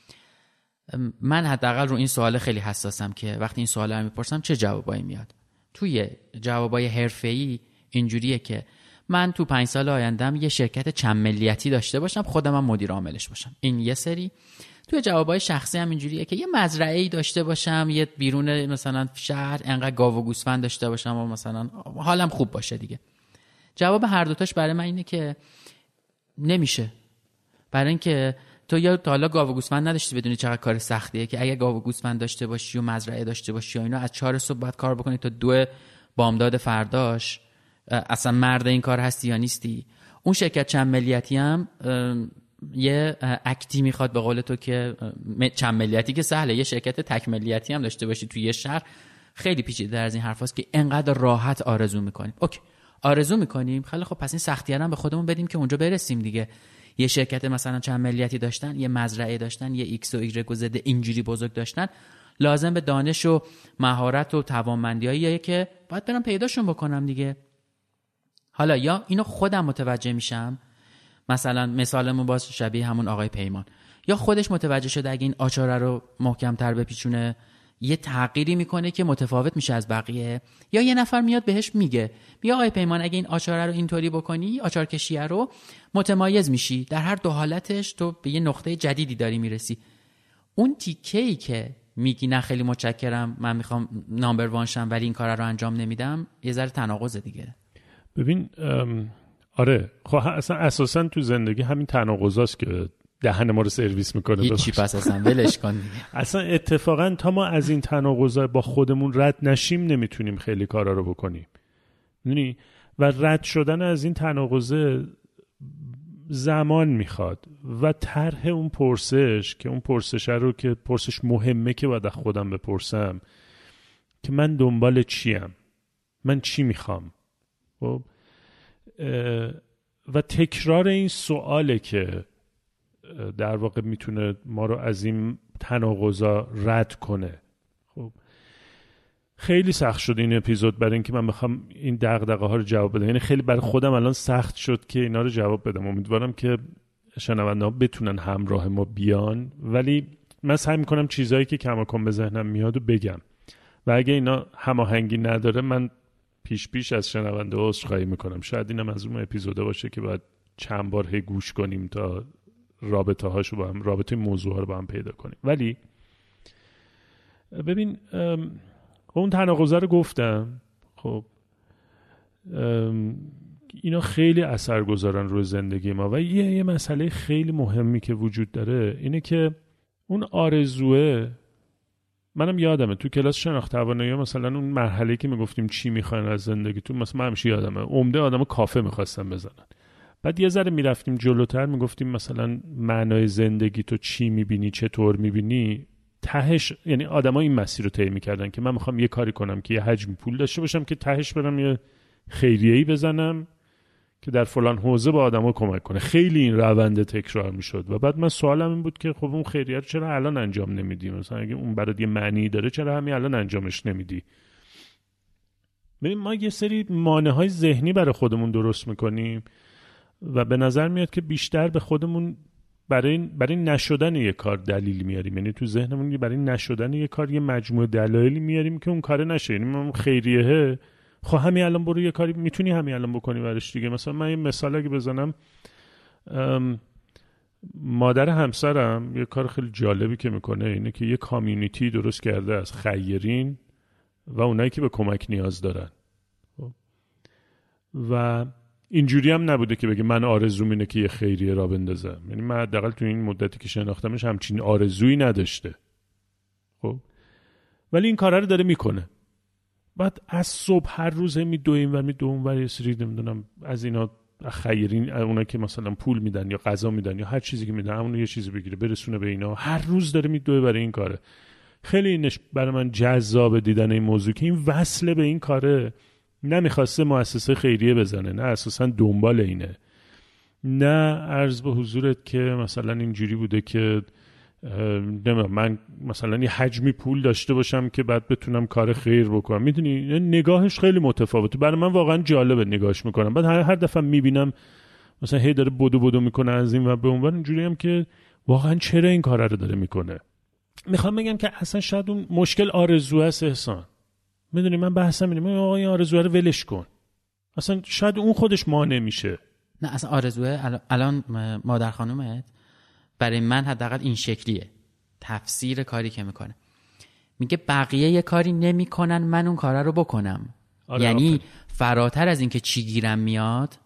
من حداقل رو این سوال خیلی حساسم که وقتی این سوالا رو میپرسم چه جوابایی میاد. توی جوابای حرفه‌ای اینجوریه که من تو پنج سال آیندهم یه شرکت چند ملیتی داشته باشم، خودم هم مدیر عاملش باشم. این یه سری. توی جوابای شخصی هم اینجوریه که یه مزرعه‌ای داشته باشم، یه بیرون مثلا شهر انقدر گاو و گوسفند داشته باشم و مثلا حالم خوب باشه دیگه. جواب هر دوتاش برای من اینه که نمیشه. برای اینکه تو یا تا حالا گاو و گوسفند نداشتی بدونی چقدر کار سختیه که اگه گاو و گوسفند داشته باشی و مزرعه داشته باشی و اینا از چهار صبح باید کار بکنی تا دو بامداد فرداش، اصلا مرد این کار هستی یا نیستی. اون شرکت چند ملیتی هم یه اکتی میخواد به قول تو که چند ملیتی که سهله، یه شرکت تک ملیتی هم داشته باشی توی یه شهر خیلی پیچیده از این حرفاست که انقدر راحت آرزو میکنیم. اوکی آرزو میکنیم، خیلی خب پس این سختی‌ها هم به خودمون بدیم که اونجا برسیم دیگه. یه شرکت مثلا چند ملیتی داشتن، یه مزرعه داشتن، یه ایکس و ایگرگ و زد اینجوری بزرگ داشتن، لازم به دانش و مهارت و توانمندیاییه که باید برم پیداشون بکنم دیگه. حالا یا اینو خودم متوجه میشم، مثلا مثالمون باز شبیه همون آقای پیمان، یا خودش متوجه شده اگه این آچاره رو محکم‌تر بپیچونه یه تغییری میکنه که متفاوت میشه از بقیه، یا یه نفر میاد بهش میگه بیا آقای پیمان اگه این آچاره رو اینطوری بکنی، آچار کشیه رو، متمایز میشی. در هر دو حالتش تو به یه نقطه جدیدی داری میرسی. اون تیکه‌ای که میگی نه خیلی متشکرم من میخوام نامبر وان شم ولی این کار رو انجام نمیدم، یه ذره تناقضه دیگه. ببین آره خب اصلا اساسا تو زندگی همین تناقضاست که دهن ما رو سرویس میکنه. هیچی پس اصلا ولش کن دیگه. اصلا اتفاقا تا ما از این تناقضا با خودمون رد نشیم نمیتونیم خیلی کارا رو بکنیم. میدونی؟ و رد شدن از این تناقض زمان میخواد و طرح اون پرسش که اون پرسش رو که پرسش مهمه که باید خودم بپرسم که من دنبال چیم، من چی میخوام. خب و تکرار این سواله که در واقع میتونه ما رو از این تناقضا رد کنه. خب خیلی سخت شد این اپیزود برای اینکه من بخوام این دغدغه ها رو جواب بدم. یعنی خیلی برای خودم الان سخت شد که اینا رو جواب بدم. امیدوارم که شنونده ها بتونن همراه ما بیان، ولی من سعی میکنم چیزایی که کماکان به ذهنم میاد و بگم و اگه اینا هماهنگی نداره من پیش پیش از شنونده ها عذرخواهی میکنم. شاید اینم از اون اپیزودا باشه که باید چند بار هی گوش کنیم تا رابطه هاشو با هم، رابطه موضوع ها رو با هم پیدا کنیم. ولی ببین اون تناقضه رو گفتم، خب اینا خیلی اثر گذارن روی زندگی ما و یه یه مسئله خیلی مهمی که وجود داره اینه که اون آرزوه، منم یادمه تو کلاس شناخت توانایی مثلا اون مرحله‌ای که میگفتیم چی میخواین از زندگیتون، مثلا من همیشه یادمه عمده آدمو کافه میخواستن بزنن. بعد یه ذره میرفتیم جلوتر میگفتیم مثلا معنای زندگی تو چی میبینی، چطور میبینی، تهش یعنی آدما این مسیر رو طی میکردن که من میخوام یه کاری کنم که یه حجم پول داشته باشم که تهش برم یه خیریه‌ای بزنم که در فلان حوزه به آدما کمک کنه. خیلی این روند تکرار میشد و بعد من سوالم این بود که خب اون خیریه رو چرا الان انجام نمیدی؟ مثلا اگه اون برات یه معنی داره چرا همین الان انجامش نمیدی؟ ببین ما یه سری مانع‌های ذهنی برای خودمون درست میکنیم و به نظر میاد که بیشتر به خودمون برای برای نشدن یه کار دلیل میاریم. یعنی تو ذهنمون برای نشدن یه کار یه مجموعه دلایلی میاریم که اون کار نشه. یعنی من خیریه خب همین الان برو یه کاری میتونی همین الان بکنی براش دیگه. مثلا من یه مثال اگه بزنم، مادر همسرم یه کار خیلی جالبی که میکنه اینه که یه کامیونیتی درست کرده از خیرین و اونایی که به کمک نیاز دارن و اینجوری هم نبوده که بگه من آرزوم اینه که یه خیریه را بندازم. یعنی من حداقل تو این مدتی که شناختمش همچین آرزویی نداشته. خب ولی این کارا رو داره میکنه. بعد از صبح هر روز می دویم و می دوم و یه سری نمیدونم از اینا خیرین، اونا که مثلا پول میدن یا غذا میدن یا هر چیزی که میدن همون یه چیزی بگیره برسونه به اینا، هر روز داره می دوه برای این کاره. خیلی اینش برای من جذاب دیدن این موضوع که این وصله به این کاره. نمیخواسته مؤسسه خیریه بزنه، نه اساسا دنبال اینه، نه عرض به حضورت که مثلا اینجوری بوده که نمیدونم من مثلا یه حجمی پول داشته باشم که بعد بتونم کار خیر بکنم. میدونی نگاهش خیلی متفاوته. برای من واقعا جالبه نگاهش میکنم. بعد هر, هر دفعه میبینم مثلا هی داره بدو بدو میکنه از این و به اون ور، اینجوری هم که واقعا چرا این کار رو داره میکنه. میخوام بگم که اصلا شاید اون مشکل آرزو است احسان. میدونی من بحثم اینه، من آقا این آرزو رو ولش کن. اصلا شاید اون خودش مانع میشه. نه اصلا آرزوه الان مادر خانومت برای من حداقل این شکلیه تفسیر کاری که میکنه. میگه بقیه یه کاری نمیکنن من اون کارا رو بکنم. آره یعنی آفر. فراتر از این که چی گیرم میاد.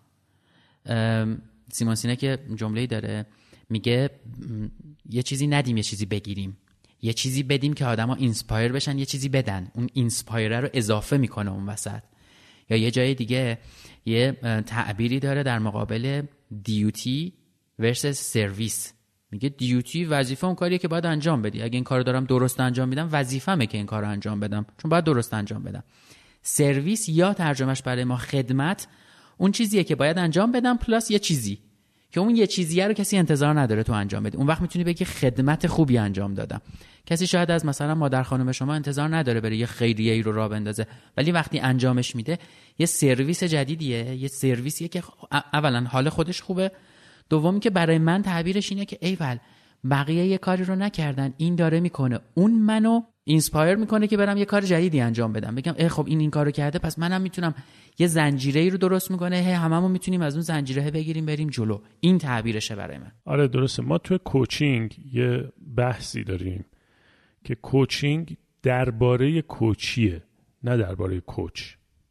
سیمون سینک یه جمله‌ای داره میگه یه چیزی ندیم یه چیزی بگیریم، یه چیزی بدیم که آدما اینسپایر بشن یه چیزی بدن، اون اینسپایر رو اضافه میکنه اون وسط. یا یه جای دیگه یه تعبیری داره در مقابل دیوتی ورسس سرویس. میگه دیوتی وظیفه اون کاریه که باید انجام بدی، اگه این کارو دارم درست انجام میدم وظیفه‌مه که این کارو انجام بدم چون باید درست انجام بدم. سرویس یا ترجمهش برای ما خدمت، اون چیزیه که باید انجام بدم پلاس یه چیزی که اون یه چیزیه رو کسی انتظار نداره تو انجام بدی. اون وقت میتونی بگی خدمت خوبی انجام دادم. کسی شاید از مثلا مادر خانم شما انتظار نداره بره یه خیریه‌ای رو راه بندازه، ولی وقتی انجامش میده یه سرویس جدیدیه، یه سرویسیه که اولا حال خودش خوبه، دومی که برای من تعبیرش اینه که ایول بقیه یه کاری رو نکردن این داره میکنه، اون منو اینسپایر میکنه که برم یه کار جدیدی انجام بدم، بگم ای خب این این کارو کرده پس منم میتونم. یه زنجیره‌ای رو درست میکنه، هی هممون میتونیم از اون زنجیره بگیریم بریم جلو. این تعبیرشه برای من. آره درسته. ما تو کوچینگ یه بحثی داریم که کوچینگ درباره کوچیه نه درباره کوچ.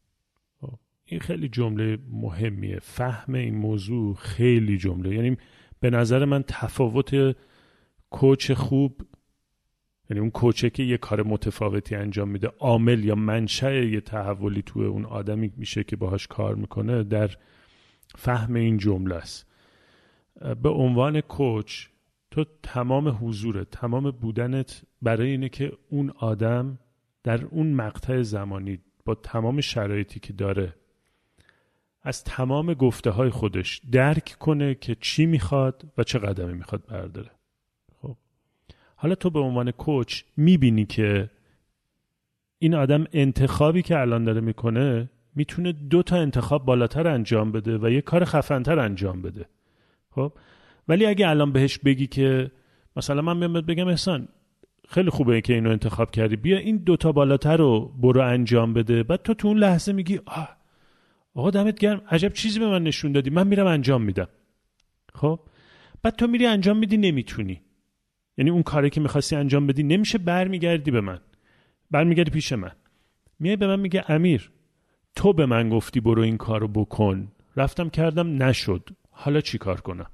این خیلی جمله مهمیه. فهم این موضوع خیلی جمله، یعنی به نظر من تفاوت کوچ خوب، یعنی اون کوچه که یه کار متفاوتی انجام میده، عامل یا منشأ یه تحولی تو اون آدمی میشه که باهاش کار میکنه، در فهم این جمله است. به عنوان کوچ تو تمام حضورت، تمام بودنت برای اینه که اون آدم در اون مقطع زمانی با تمام شرایطی که داره از تمام گفته های خودش درک کنه که چی میخواد و چه قدمی میخواد برداره. خب حالا تو به عنوان کوچ میبینی که این آدم انتخابی که الان داره میکنه میتونه دو تا انتخاب بالاتر انجام بده و یه کار خفن‌تر انجام بده. خب ولی اگه الان بهش بگی که مثلا من میام بگم احسان خیلی خوبه که اینو انتخاب کردی، بیا این دو تا بالاتر رو برو انجام بده، بعد تو تو اون لحظه میگی آه آقا دمت گرم عجب چیزی به من نشون دادی، من میرم انجام میدم. خب بعد تو میری انجام میدی نمیتونی، یعنی اون کاری که میخواستی انجام بدی نمیشه، برمیگردی به من، برمیگردی پیش من، میای به من میگه امیر تو به من گفتی برو این کارو بکن، رفتم کردم نشد، حالا چی کار کنم؟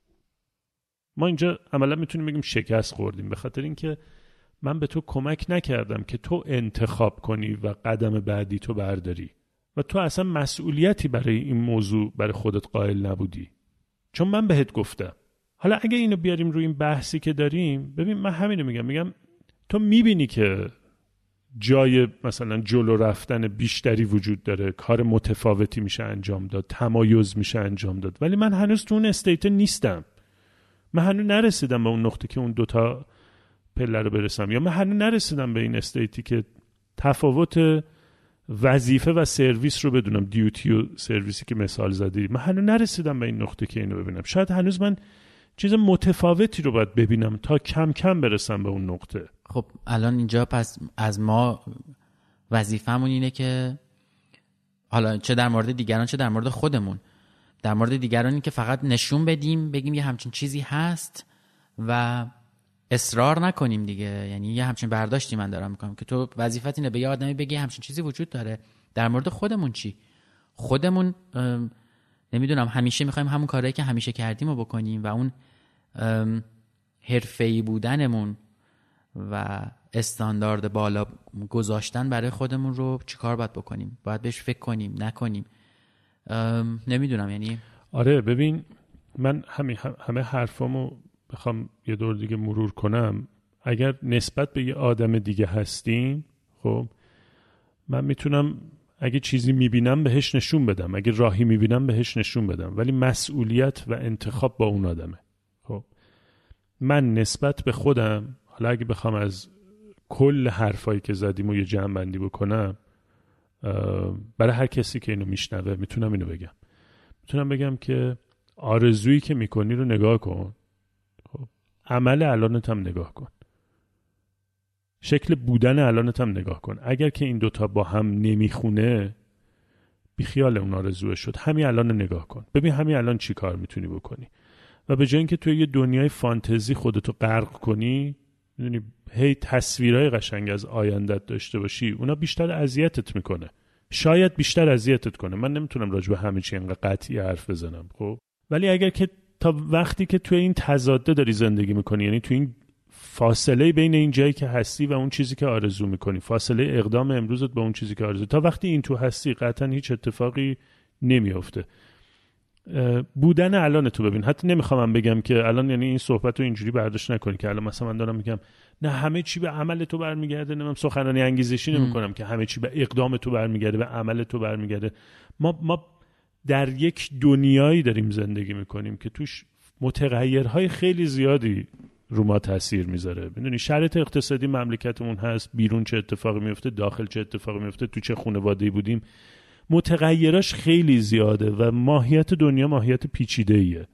ما اینجا عملا میتونیم بگیم شکست خوردیم، به خاطر اینکه من به تو کمک نکردم که تو انتخاب کنی و قدم بعدی تو برداری و تو اصلا مسئولیتی برای این موضوع برای خودت قائل نبودی، چون من بهت گفتم. حالا اگه اینو بیاریم روی این بحثی که داریم، ببین من همینو میگم، میگم تو میبینی که جای مثلا جلو رفتن بیشتری وجود داره، کار متفاوتی میشه انجام داد، تمایز میشه انجام داد، ولی من هنوز تو اون استیت نیستم. من هنوز نرسیدم به اون نقطه که اون دوتا پله رو برسم، یا من هنوز نرسیدم به این استیتی که تفاوت وظیفه و سرویس رو بدونم، دیوتی و سرویسی که مثال زدی. من هنوز نرسیدم به این نقطه که اینو ببینم. شاید هنوز من چیز متفاوتی رو باید ببینم تا کم کم برسم به اون نقطه. خب الان اینجا پس از ما وظیفمون اینه که حالا چه در مورد دیگران چه در مورد خودمون، در مورد دیگران این که فقط نشون بدیم، بگیم یه همچین چیزی هست و اصرار نکنیم دیگه. یعنی یه همچین برداشتی من دارم میکنم که تو وظیفت اینه به یه آدمی بگی همچین چیزی وجود داره. در مورد خودمون چی؟ خودمون نمیدونم همیشه میخوایم همون کارهایی که همیشه کردیم رو بکنیم و اون حرفه‌ای بودنمون و استاندارد بالا گذاشتن برای خودمون رو چیکار باید بکنیم؟ باید بهش فکر کنیم نکنیم؟ نمیدونم. یعنی آره ببین من همه همه حرفامو بخوام یه دور دیگه مرور کنم، اگر نسبت به یه آدم دیگه هستیم، خب من میتونم اگه چیزی میبینم بهش نشون بدم، اگه راهی میبینم بهش نشون بدم، ولی مسئولیت و انتخاب با اون آدمه. خب من نسبت به خودم، حالا اگه بخوام از کل حرفایی که زدیم و یه جمع بندی بکنم، برای هر کسی که اینو میشنوه میتونم اینو بگم میتونم بگم که آرزویی که میکنی رو نگاه کن، خب عمل الانت هم نگاه کن، شکل بودن الانت هم نگاه کن. اگر که این دوتا با هم نمیخونه، بیخیال اون آرزوه شد. همین الان نگاه کن، ببین همین الان چی کار میتونی بکنی و به جای اینکه توی یه دنیای فانتزی خودتو غرق کنی، میدونی هی تصویرهای قشنگ از آیندت داشته باشی، اونا بیشتر اذیتت میکنه، شاید بیشتر اذیتت کنه. من نمیتونم راجع به همه چی انقدر قطعی حرف بزنم، خب ولی اگر که تا وقتی که توی این تضاده داری زندگی میکنی، یعنی توی این فاصله بین این جایی که هستی و اون چیزی که آرزو میکنی، فاصله اقدام امروزت با اون چیزی که آرزو، تا وقتی این تو هستی قطعا هیچ اتفاقی نمیافته. بودن الان تو ببین. حتی نمیخوام من بگم که الان یعنی این صحبت رو اینجوری برداشت نکنی که الان مثلا من دارم میگم نه همه چی به عمل تو برمیگرده، نمیدونم سخنرانی انگیزشی نمیکنم که همه چی به اقدام تو برمیگرده، به عمل تو برمیگرده. ما ما در یک دنیایی داریم زندگی میکنیم که توش متغیرهای خیلی زیادی رو ما تاثیر میذاره. میدونی شرایط اقتصادی مملکتمون هست، بیرون چه اتفاقی میفته، داخل چه اتفاقی میفته، تو چه خانواده‌ای بودیم، متغیراش خیلی زیاده و ماهیت دنیا ماهیت پیچیده‌ایه.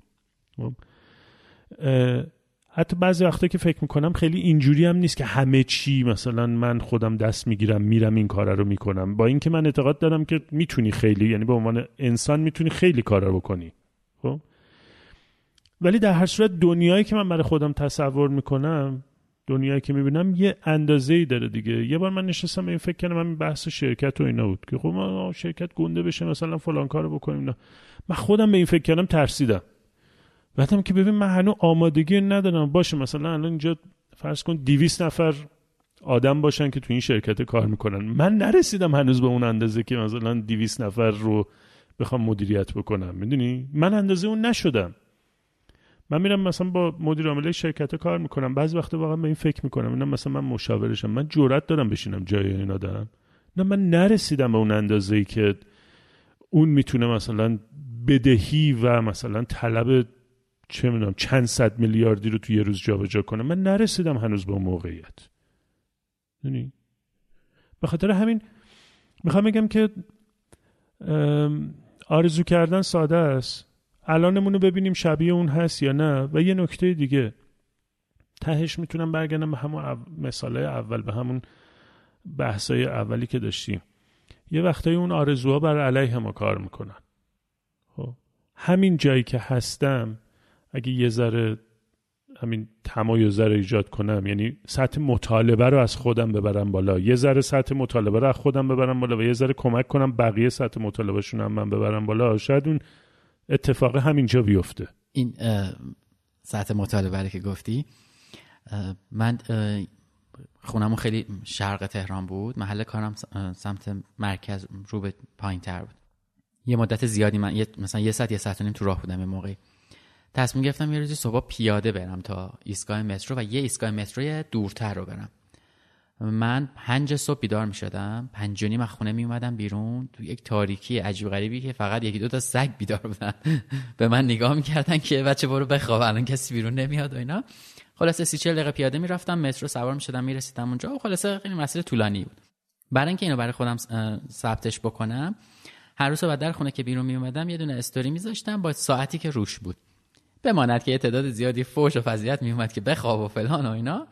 حتی بعضی وقتا که فکر میکنم خیلی اینجوری هم نیست که همه چی مثلا من خودم دست میگیرم میرم این کارا رو میکنم، با اینکه من اعتقاد دارم که میتونی خیلی، یعنی به عنوان انسان میتونی خیلی کارا بکنی، خب ولی در هر صورت دنیایی که من برای خودم تصور میکنم، دنیایی که میبینم یه اندازه‌ای داره دیگه. یه بار من نشستم به این فکر کردم، من بحث شرکت و اینا بود که خب ما شرکت گنده بشه مثلا فلان کارو بکنیم، نه من خودم به این فکر کردم ترسیدم. بعدم که ببین من هنوز آمادگی ندارم، باشه مثلا الان اینجا فرض کن دویست نفر آدم باشن که تو این شرکت کار میکنن، من نرسیدم هنوز به اون اندازه که مثلا دویست نفر رو بخوام مدیریت بکنم. میدونی من اندازه اون نشدم. من میرم مثلا با مدیر عامل شرکت کار میکنم، بعضی وقتا واقعا به این فکر میکنم اینا مثلا من مشاورشم، من جرئت دارم بشینم جای این آدم؟ نه من نرسیدم به اون اندازه‌ای که اون میتونه مثلا بدهی و مثلا طلب چه میدونم چند صد میلیاردی رو تو یه روز جابجا کنه. من نرسیدم هنوز به اون موقعیت. یعنی به خاطر همین میخوام بگم که آرزو کردن ساده است، الانمون رو ببینیم شبیه اون هست یا نه. و یه نکته دیگه تهش میتونم برگردم به همون او... مثالای اول، به همون بحثای اولی که داشتیم. یه وقتایی اون آرزوها بر علیه ما کار میکنن. خب همین جایی که هستم اگه یه ذره همین تمایز رو ایجاد کنم، یعنی سطح مطالبه رو از خودم ببرم بالا، یه ذره سطح مطالبه رو از خودم ببرم بالا و یه ذره کمک کنم بقیه سطح مطالبهشون هم من ببرم بالا، شاید اون اتفاق همینجا بیفته. این سطح مطالبه که گفتی، من خونمون خیلی شرق تهران بود، محل کارم سمت مرکز رو به پایین تر بود. یه مدت زیادی من یه مثلا یه ساعت یه ساعت و نیم تو راه بودم. یه موقعی تصمیم گرفتم یه روزی صبح پیاده برم تا ایستگاه مترو و یه ایستگاه مترو دورتر رو برم. من پنج صبح بیدار می شدم، پنج و نیم از خونه می اومدم بیرون تو یک تاریکی عجیب غریبی که فقط یکی دو تا سگ بیدار بودن به من نگاه می کردن که بچه برو بخواب الان کسی بیرون نمیاد و اینا. خلاصه سی چهل دقیقه پیاده می رفتم مترو سوار می شدم می رسیدم اونجا و خلاصه خیلی مسیر طولانی بود. برای اینکه اینو برای خودم ثبتش بکنم، هر روز بعد در خونه که بیرون می اومدم یه دونه استوری می ذاشتم با ساعتی که روش بود، بماند که تعداد زیادی فوش و فضیحت می اومد که بخواب و فلان و اینا.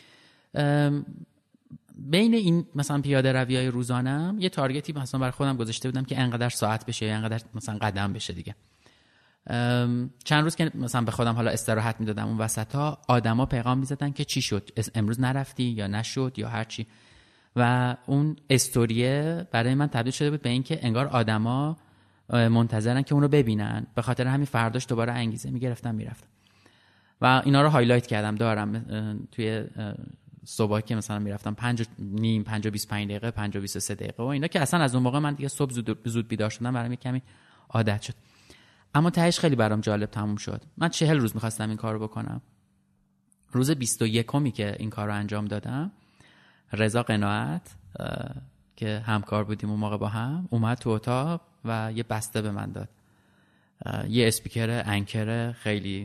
بین این مثلا پیاده رویای روزانم یه تارگتی مثلا برای خودم گذاشته بودم که انقدر ساعت بشه یا انقدر مثلا قدم بشه دیگه. چند روز که مثلا به خودم حالا استراحت میدادم اون وسطا، آدما پیغام میزدن که چی شد، امروز نرفتی یا نشد یا هر چی، و اون استوریه برای من تبدیل شده بود به این که انگار آدما منتظرن که اون رو ببینن. به خاطر همین فرداش دوباره انگیزه میگرفتم میرفتم و اینا رو هایلایت کردم دارم توی صبح که مثلا میرفتم پنج و نیم، پنج و بیست پنج دقیقه، پنج و بیست و سه دقیقه و اینا، که اصلا از اون موقع من دیگه صبح زود, زود بیدار شدم برام یک کمی عادت شد. اما تهش خیلی برام جالب تموم شد. من چهل روز میخواستم این کارو بکنم. روز بیست و یکمی که این کارو انجام دادم، رضا قناعت که همکار بودیم اون موقع با هم اومد تو اتاق و یه بسته به من داد. یه اسپیکر انکر خیلی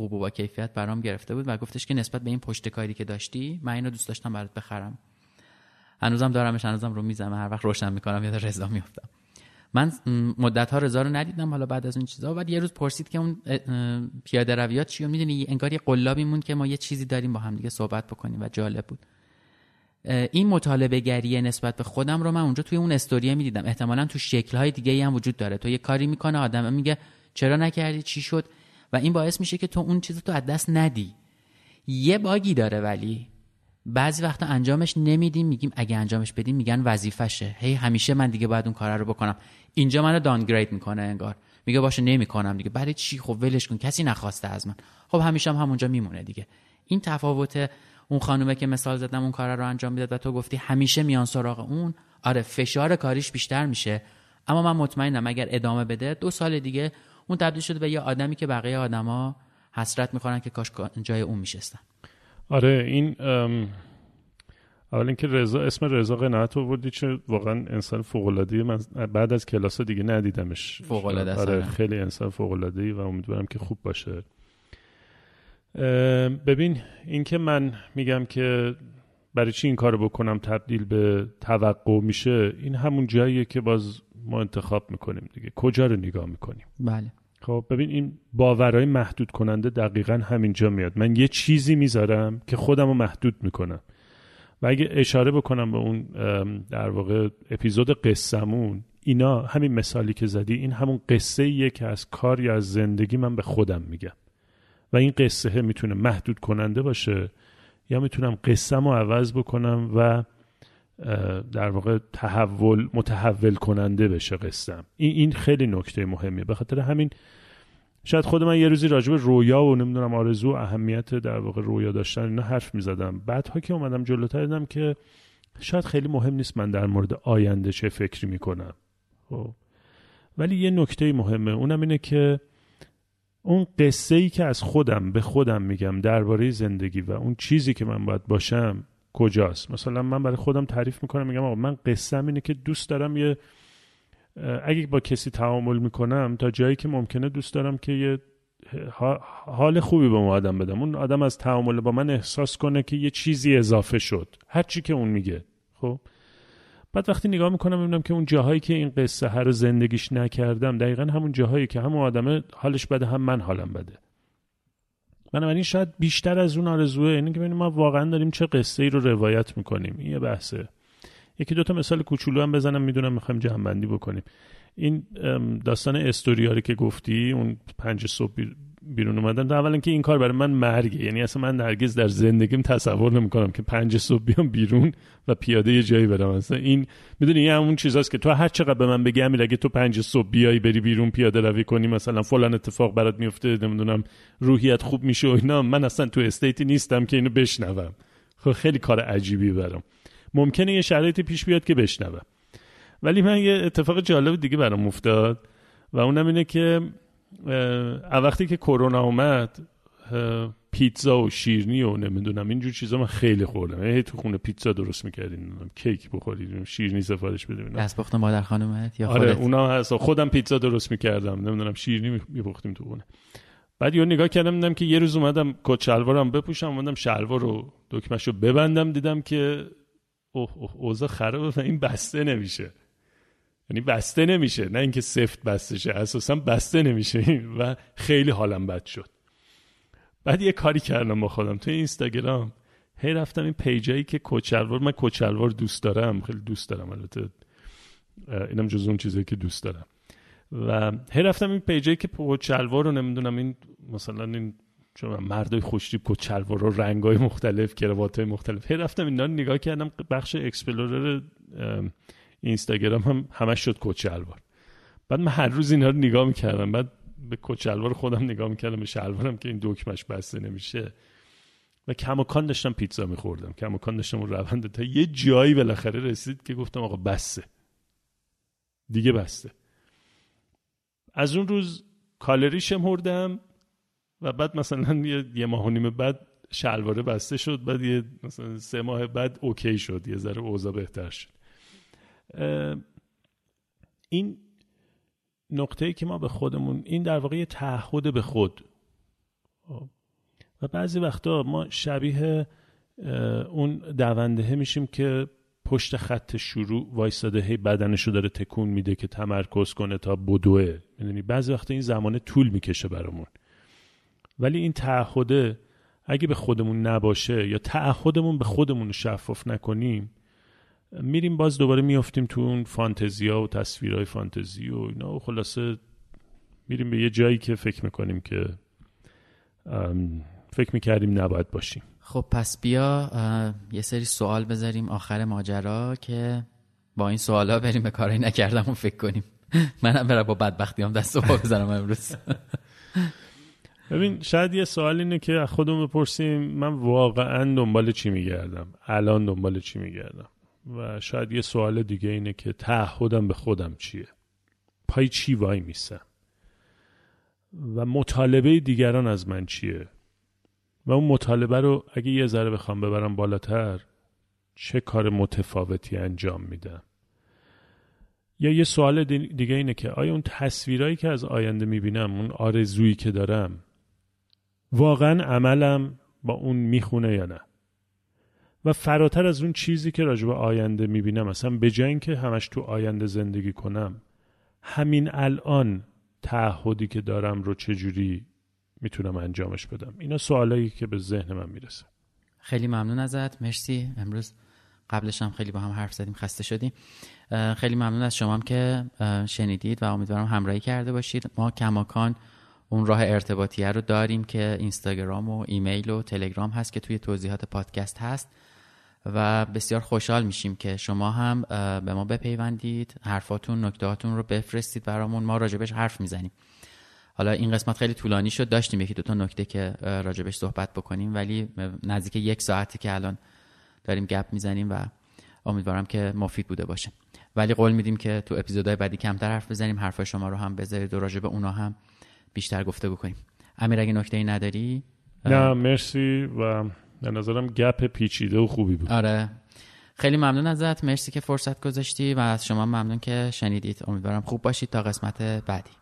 خوب و با کیفیت برام گرفته بود و گفتش که نسبت به این پشتکاری که داشتی من اینو دوست داشتم برات بخرم. هنوزم دارمش، هنوزم رو میزم، هر وقت روشن میکنم یاد رضا میافتم. من مدت ها رضا رو ندیدم حالا بعد از اون چیزا، بعد یه روز پرسید که اون پیاده رویات چیه، میدونی انگار یه قلابی مون که ما یه چیزی داریم با هم دیگه صحبت بکنیم و جالب بود. این مطالبه گریه نسبت به خودم رو من اونجا توی اون استوریه میدیدم. احتمالاً تو شکل‌های دیگه‌ای هم وجود داره. تو یه کاری میکنه آدم میگه چرا نکردی، چی شد، و این باعث میشه که تو اون چیزو تو از دست ندی. یه باگی داره ولی بعضی وقتا انجامش نمیدیم، میگیم اگه انجامش بدیم میگن وظیفشه، هی همیشه من دیگه باید اون کارا رو بکنم. اینجا منو دانگرید میکنه، انگار میگه باشه نمیکنم دیگه. برای چی؟ خب ولش کن، کسی نخواسته از من. خب همیشه هم همونجا میمونه دیگه. این تفاوت اون خانومه که مثال زدم اون کارا رو انجام میداد و تو گفتی همیشه میان سراغ اون، آره فشار کاریش بیشتر میشه، اما من مطمئنم اگر ادامه بده دو سال دیگه اون تبدیل شده به یه آدمی که بقیه آدما حسرت میخورن که کاش جای اون میشستن. آره این اول اینکه رضا، اسم رضا قناعت آوردی چه واقعا انسان فوق العاده. من بعد از کلاس دیگه ندیدمش. فوق العاده. آره خیلی انسان فوق العاده ای و امیدوارم که خوب باشه. ببین اینکه من میگم که برای چی این کارو بکنم تبدیل به توقع میشه، این همون جاییه که باز ما انتخاب میکنیم دیگه، کجا رو نگاه میکنیم. بله. خب ببین این باورهای محدود کننده دقیقاً همینجا میاد. من یه چیزی میذارم که خودم رو محدود میکنم و اگه اشاره بکنم به اون در واقع اپیزود قصه‌مون، اینا همین مثالی که زدی این همون قصه ایه که از کار یا از زندگی من به خودم میگم و این قصه میتونه محدود کننده باشه یا میتونم قصه‌مو عوض بکنم و در واقع تحول متحول کننده بشه قصه‌م. این این خیلی نکته مهمیه. به خاطر همین شاید خود من یه روزی راجع به رویا و نمیدونم آرزو و اهمیت در واقع رویا داشتن اینا حرف میزدم. بعدها که اومدم جلوتر دیدم که شاید خیلی مهم نیست من در مورد آینده چه فکری میکنم. خب ولی یه نکته مهمه، اونم اینه که اون قصه‌ای که از خودم به خودم میگم درباره زندگی و اون چیزی که من باید باشم کجاست. مثلا من برای خودم تعریف میکنم، میگم آقا من قصه‌م اینه که دوست دارم یه اگه با کسی تعامل میکنم تا جایی که ممکنه دوست دارم که یه حال خوبی به اون آدم بدم، اون آدم از تعامل با من احساس کنه که یه چیزی اضافه شد، هر چی که اون میگه. خب بعد وقتی نگاه میکنم میبینم که اون جاهایی که این قصه هر زندگیش نکردم دقیقاً همون جاهایی که همون آدمه حالش بده هم من حالم بده. بنابراین شاید بیشتر از اون آرزوه اینه که ببینیم ما واقعا داریم چه قصه‌ای رو روایت میکنیم. این یه بحثه. یکی دو تا مثال کوچولو هم بزنم، میدونم میخوایم جمع بندی بکنیم. این داستان استوریاری که گفتی، اون پنج صبح بیرون اومدن، اولا که این کار برای من مرگه. یعنی اصلا من هرگز در زندگیم تصور نمیکنم که پنج صبح بیام بیرون و پیاده یه جایی برم. اصلا این میدونی این همون چیزاست که تو هر چقدر به من بگی امیر اگه تو پنج صبح بیای بری بیرون پیاده روی کنی مثلا فلان اتفاق برات میفته، نمیدونم روحیت خوب میشه و اینا، من اصلا تو استیتی نیستم که اینو بشنوم. خب خیلی کار عجیبی برام. ممکنه یه شرایطی پیش بیاد که بشنوم، ولی من یه اتفاق جالب دیگه برام افتاد و اونم اینه که وقتی که کرونا اومد پیتزا و شیرینی و نمیدونم اینجور چیزا من خیلی خوردم. هی تو خونه پیتزا درست می‌کردیم، کیک بخورید، شیرینی سفارش بدیم. دستپخت مادر خانومت یا خودت؟ آره اونا هست. خودم پیتزا درست می‌کردم، نمیدونم شیرینی می‌پختیم تو خونه. بعد یه نگاه کردم دیدم که یه روز اومدم کت شلوارم بپوشم، اومدم شلوار رو دکمه‌شو ببندم، دیدم که اوه اوه اوضاع خرابه و این بسته نمیشه. یعنی بسته نمیشه، نه اینکه سفت بسته شه، اساسا بسته نمیشه و خیلی حالم بد شد. بعد یه کاری کردم با خودم توی اینستاگرام، هی رفتم این پیجایی که کچلوار، من کچلوار دوست دارم، خیلی دوست دارم، البته اینم جز اون چیزایی که دوست دارم، و هی رفتم این پیجایی که کچلوار رو نمیدونم این مثلا این چون مردای خوشتیپ کچلوار رو رنگای مختلف، کراواتای مختلف، هی رفتم اینا رو نگاه کردم. بخش اکسپلورر اینستاگرام هم همش شد کچلوار. بعد من هر روز اینا رو نگاه میکردم، بعد به کچلوار خودم نگاه میکردم، به شلوارم که این دکمش بسته نمیشه و کماکان داشتم پیتزا میخوردم، کماکان داشتم اون روند، تا یه جایی بالاخره رسید که گفتم آقا بسه دیگه، بسته. از اون روز کالری شمردم و بعد مثلا یه, یه ماه و نیم بعد شلواره بسته شد، بعد یه مثلا سه ماه بعد اوکی شد، یه ذره اوضاع بهتر شد. این نقطه‌ای که ما به خودمون، این در واقع یه تعهد به خود، و بعضی وقتا ما شبیه اون دونده میشیم که پشت خط شروع وایساده، هی بدنشو داره تکون میده که تمرکز کنه تا بدوه. میدونی بعضی وقتا این زمانه طول میکشه برامون، ولی این تعهده اگه به خودمون نباشه یا تعهدمون به خودمون شفاف نکنیم، میریم باز دوباره میافتیم تو اون فانتزیا و تصویرهای فانتزی و اینا و خلاصه میریم به یه جایی که فکر میکنیم که فکر میکردیم نباید باشیم. خب پس بیا یه سری سوال بذاریم آخر ماجرا که با این سوالا بریم به کارایی نکردم و فکر کنیم. منم برم با بدبختیام دست و پا بزنم امروز. ببین شاید یه سوال اینه که از خودم بپرسیم من واقعا دنبال چی میگردم، الان دنبال چی میگردم، و شاید یه سوال دیگه اینه که تعهدم به خودم چیه، پای چی وای میسم و مطالبه دیگران از من چیه و اون مطالبه رو اگه یه ذره بخوام ببرم بالاتر چه کار متفاوتی انجام میدم. یا یه سوال دیگه اینه که آیا اون تصویرایی که از آینده میبینم، اون آرزویی که دارم، واقعا عملم با اون میخونه یا نه؟ و فراتر از اون چیزی که راجع به آینده میبینم، مثلا به جای اینکه همش تو آینده زندگی کنم، همین الان تعهدی که دارم رو چجوری میتونم انجامش بدم؟ اینا سوالایی که به ذهن من میرسه. خیلی ممنون ازت، مرسی. امروز قبلش هم خیلی با هم حرف زدیم، خسته شدیم. خیلی ممنون از شما هم که شنیدید و امیدوارم همراهی کرده باشید. ما کماکان اون راه ارتباطیه رو داریم که اینستاگرام و ایمیل و تلگرام هست که توی توضیحات پادکست هست و بسیار خوشحال میشیم که شما هم به ما بپیوندید، حرفاتون، نکتهاتون رو بفرستید برامون، ما راجبش حرف میزنیم. حالا این قسمت خیلی طولانی شد، داشتیم یکی دو تا نکته که راجبش صحبت بکنیم، ولی نزدیک یک ساعتی که الان داریم گپ میزنیم و امیدوارم که مفید بوده باشه. ولی قول میدیم که تو اپیزودهای بعدی کمتر حرف بزنیم، حرفای شما رو هم بذارید و راجب اونا هم بیشتر گفتگو کنیم. امیر اگه نکته‌ای نداری؟ نه مرسی و به نظرم گپ پیچیده و خوبی بود. آره خیلی ممنون ازت، مرسی که فرصت گذاشتی و از شما ممنون که شنیدید. امیدوارم خوب باشید تا قسمت بعدی.